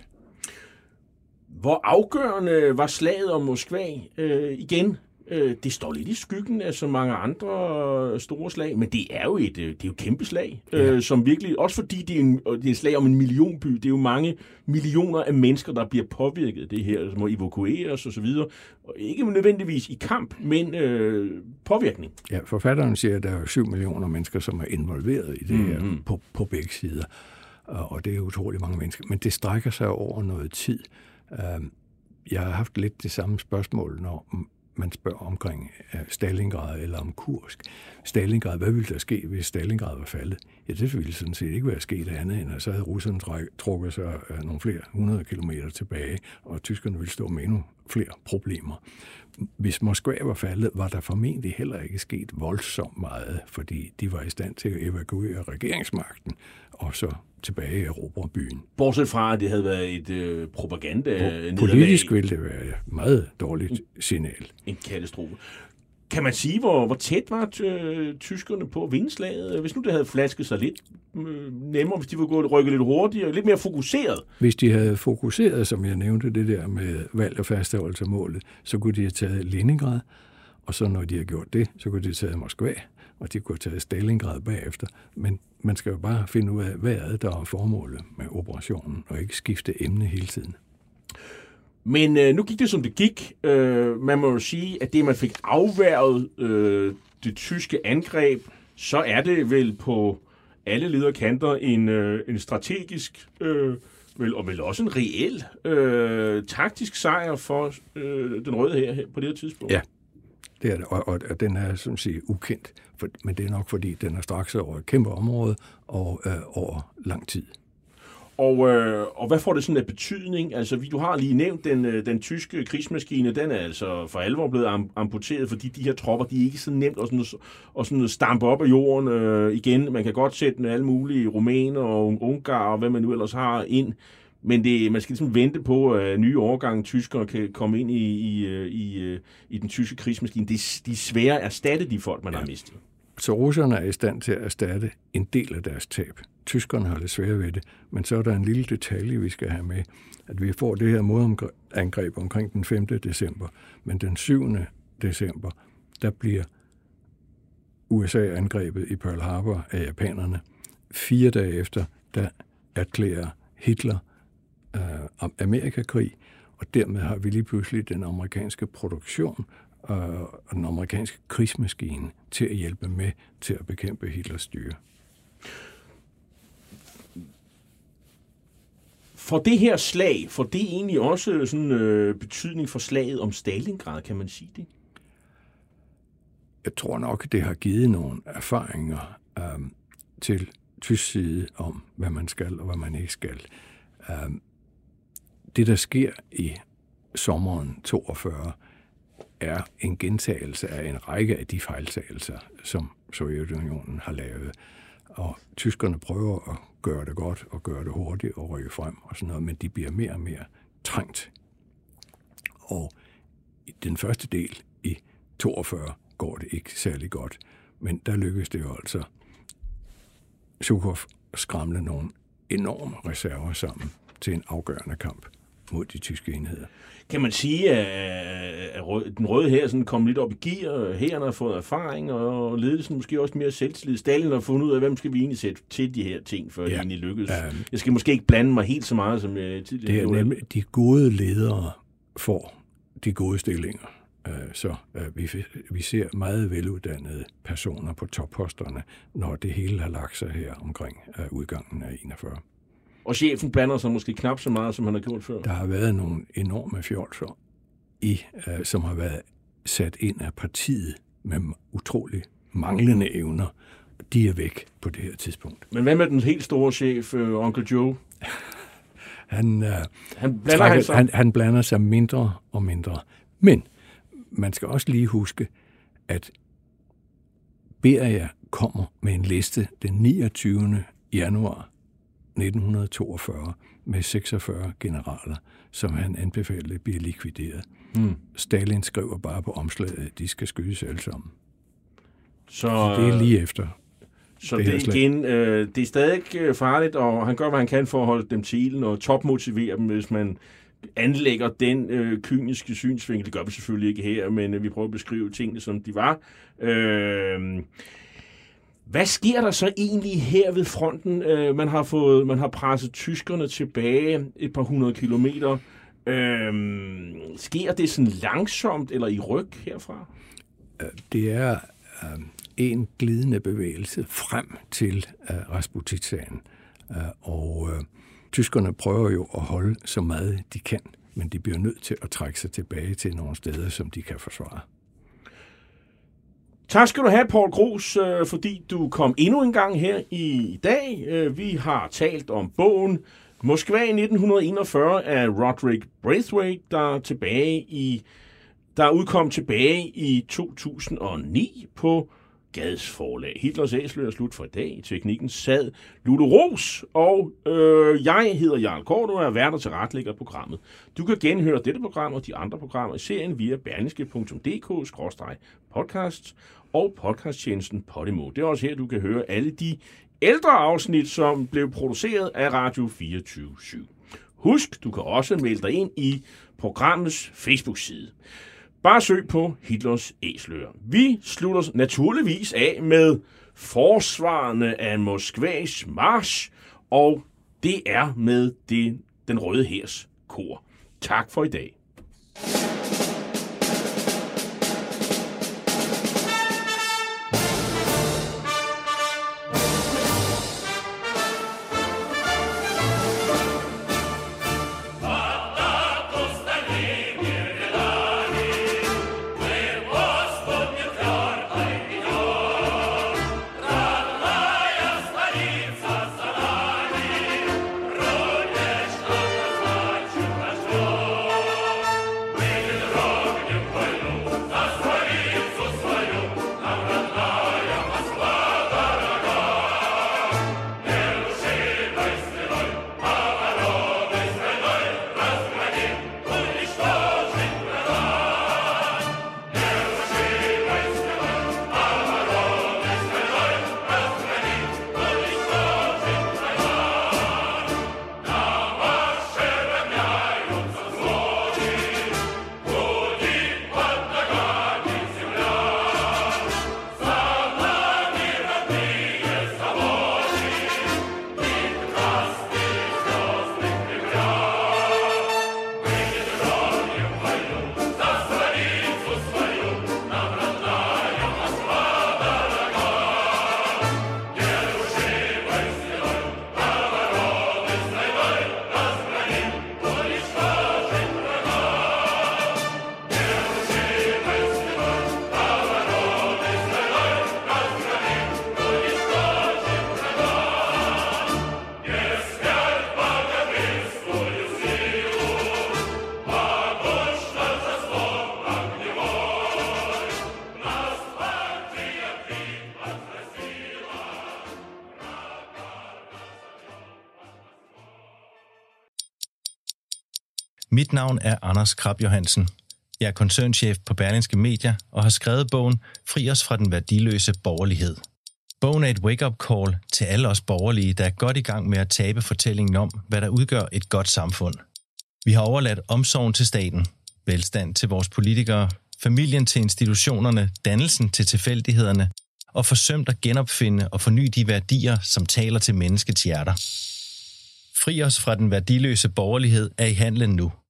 Hvor afgørende var slaget om Moskva øh, igen? Øh, det står lidt i skyggen af så mange andre store slag, men det er jo et, det er jo et kæmpe slag, ja. øh, som virkelig, også fordi det er, en, det er et slag om en millionby, det er jo mange millioner af mennesker, der bliver påvirket af det her, som må evakueres og så videre, og ikke nødvendigvis i kamp, men øh, påvirkning. Ja, forfatteren siger, at der er syv millioner mennesker, som er involveret i det mm-hmm. her på, på begge sider, og det er utrolig mange mennesker, men det strækker sig over noget tid. Jeg har haft lidt det samme spørgsmål, når man spørger omkring Stalingrad eller om Kursk. Stalingrad, hvad ville der ske, hvis Stalingrad var faldet? Ja, det ville sådan set ikke være sket andet, end at så havde russerne trukket sig nogle flere hundrede kilometer tilbage, og tyskerne ville stå med endnu flere problemer. Hvis Moskva var faldet, var der formentlig heller ikke sket voldsomt meget, fordi de var i stand til at evakuere regeringsmagten, og så tilbage i Erobre byen. Bortset fra, at det havde været et øh, propaganda. Politisk ville det være et meget dårligt signal. En katastrofe. Kan man sige, hvor, hvor tæt var t- tyskerne på vindslaget? Hvis nu det havde flasket sig lidt øh, nemmere, hvis de var gået rykket lidt hurtigere, lidt mere fokuseret? Hvis de havde fokuseret, som jeg nævnte, det der med valg og fastholdelse af målet, så kunne de have taget Leningrad, og så når de havde gjort det, så kunne de have taget Moskva, og de kunne have taget Stalingrad bagefter. Men man skal jo bare finde ud af, hvad er der er formålet med operationen, og ikke skifte emne hele tiden. Men øh, nu gik det, som det gik. Øh, man må jo sige, at det, man fik afværget øh, det tyske angreb, så er det vel på alle lederkanter en, øh, en strategisk, øh, vel, og vel også en reel øh, taktisk sejr for øh, den røde hær på det her tidspunkt. Ja, det er det, og, og, og den er som siger ukendt, for, men det er nok fordi, den er straks over et kæmpe område og øh, over lang tid. Og, øh, og hvad får det sådan af betydning? Altså, du har lige nævnt, den, den tyske krigsmaskine, den er altså for alvor blevet am- amputeret, fordi de her tropper, de er ikke så nemt at, sådan, at sådan stampe op af jorden øh, igen. Man kan godt sætte alle mulige rumæner og ungarer og hvad man nu ellers har ind, men det, man skal ligesom vente på, at nye årgange tyskere kan komme ind i, i, i, i den tyske krigsmaskine. Det, de er svære at erstatte de folk, man ja. har mistet. Så russerne er i stand til at erstatte en del af deres tab. Tyskerne har lidt svært ved det, men så er der en lille detalje, vi skal have med, at vi får det her modangreb omkring den femte december, men den syvende december, der bliver U S A angrebet i Pearl Harbor af japanerne. Fire dage efter, der erklærer Hitler øh, Amerikakrig, og dermed har vi lige pludselig den amerikanske produktion og den amerikanske krigsmaskine til at hjælpe med til at bekæmpe Hitlers styre. For det her slag, for det egentlig også sådan øh, betydning for slaget om Stalingrad, kan man sige det? Jeg tror nok, det har givet nogle erfaringer øh, til tysk side om, hvad man skal og hvad man ikke skal. Øh, det, der sker i sommeren toogfyrre, er en gentagelse af en række af de fejltagelser, som Sovjetunionen har lavet. Og tyskerne prøver at gøre det godt og gøre det hurtigt og rykke frem og sådan noget, men de bliver mere og mere trængt. Og i den første del i toogfyrre går det ikke særlig godt, men der lykkes det jo altså Zhukov at skramle nogle enorme reserver sammen til en afgørende kamp mod de tyske enheder. Kan man sige, at den røde hær sådan kom lidt op i gear, hæren har fået erfaring, og ledelsen måske også mere selvtillid. Stalin har fundet ud af, hvem skal vi egentlig sætte til de her ting, før ja, det egentlig lykkes. Um, jeg skal måske ikke blande mig helt så meget, som jeg tidligere det er gjorde. Nemlig, de gode ledere får de gode stillinger. Så vi, vi ser meget veluddannede personer på topposterne, når det hele har lagt sig her omkring udgangen af enogfyrre. Og chefen blander sig måske knap så meget, som han har gjort før. Der har været nogle enorme fjolser, i, uh, som har været sat ind af partiet med utrolig manglende evner. De er væk på det her tidspunkt. Men hvad med den helt store chef, uh, Onkel Joe? han, uh, han, blander trækker, sig. han, han blander sig mindre og mindre. Men man skal også lige huske, at Beria kommer med en liste den niogtyvende januar nitten toogfyrre med seksogfyrre generaler, som han anbefalede bliver likvideret. Hmm. Stalin skriver bare på omslaget, at de skal skydes alle sammen. Så, så det er lige efter. Så det, det, igen, øh, det er stadig farligt, og han gør, hvad han kan for at holde dem til ilden og topmotivere dem, hvis man anlægger den øh, kyniske synsvinkel. Det gør vi selvfølgelig ikke her, men øh, vi prøver at beskrive tingene, som de var. Øh, Hvad sker der så egentlig her ved fronten? Øh, man har fået, man har presset tyskerne tilbage et par hundrede kilometer. Øh, sker det sådan langsomt eller i ryg herfra? Det er øh, en glidende bevægelse frem til øh, Rasputitsagen. Øh, og øh, tyskerne prøver jo at holde så meget de kan, men de bliver nødt til at trække sig tilbage til nogle steder, som de kan forsvare. Tak skal du have, Poul Gros, fordi du kom endnu en gang her i dag. Vi har talt om bogen Moskva i nitten enogfyrre af Roderick Braithwaite, der, tilbage i, der udkom tilbage i to tusind og ni på Gads forlag. Hitlers Æsler er slut for i dag. I teknikken sad Lulu Ros, og øh, jeg hedder Jarl Kort, og er vært og tilrettelægger programmet. Du kan genhøre dette program og de andre programmer i serien via berlingske punktum d k skråstreg podcast og podcasttjenesten Podimo. Det er også her, du kan høre alle de ældre afsnit, som blev produceret af Radio fireogtyve syv. Husk, du kan også melde dig ind i programmets Facebook-side. Bare søg på Hitlers Æsler. Vi slutter naturligvis af med forsvarerne af Moskvas march, og det er med det, den røde hærs kor. Tak for i dag. We're Mit navn er Anders Krab Johansen. Jeg er koncernchef på Berlingske Media og har skrevet bogen Fri os fra den værdiløse borgerlighed. Bogen er et wake-up call til alle os borgerlige, der er godt i gang med at tabe fortællingen om, hvad der udgør et godt samfund. Vi har overladt omsorgen til staten, velstand til vores politikere, familien til institutionerne, dannelsen til tilfældighederne og forsømt at genopfinde og forny de værdier, som taler til menneskets hjerter. Fri os fra den værdiløse borgerlighed er i handlen nu.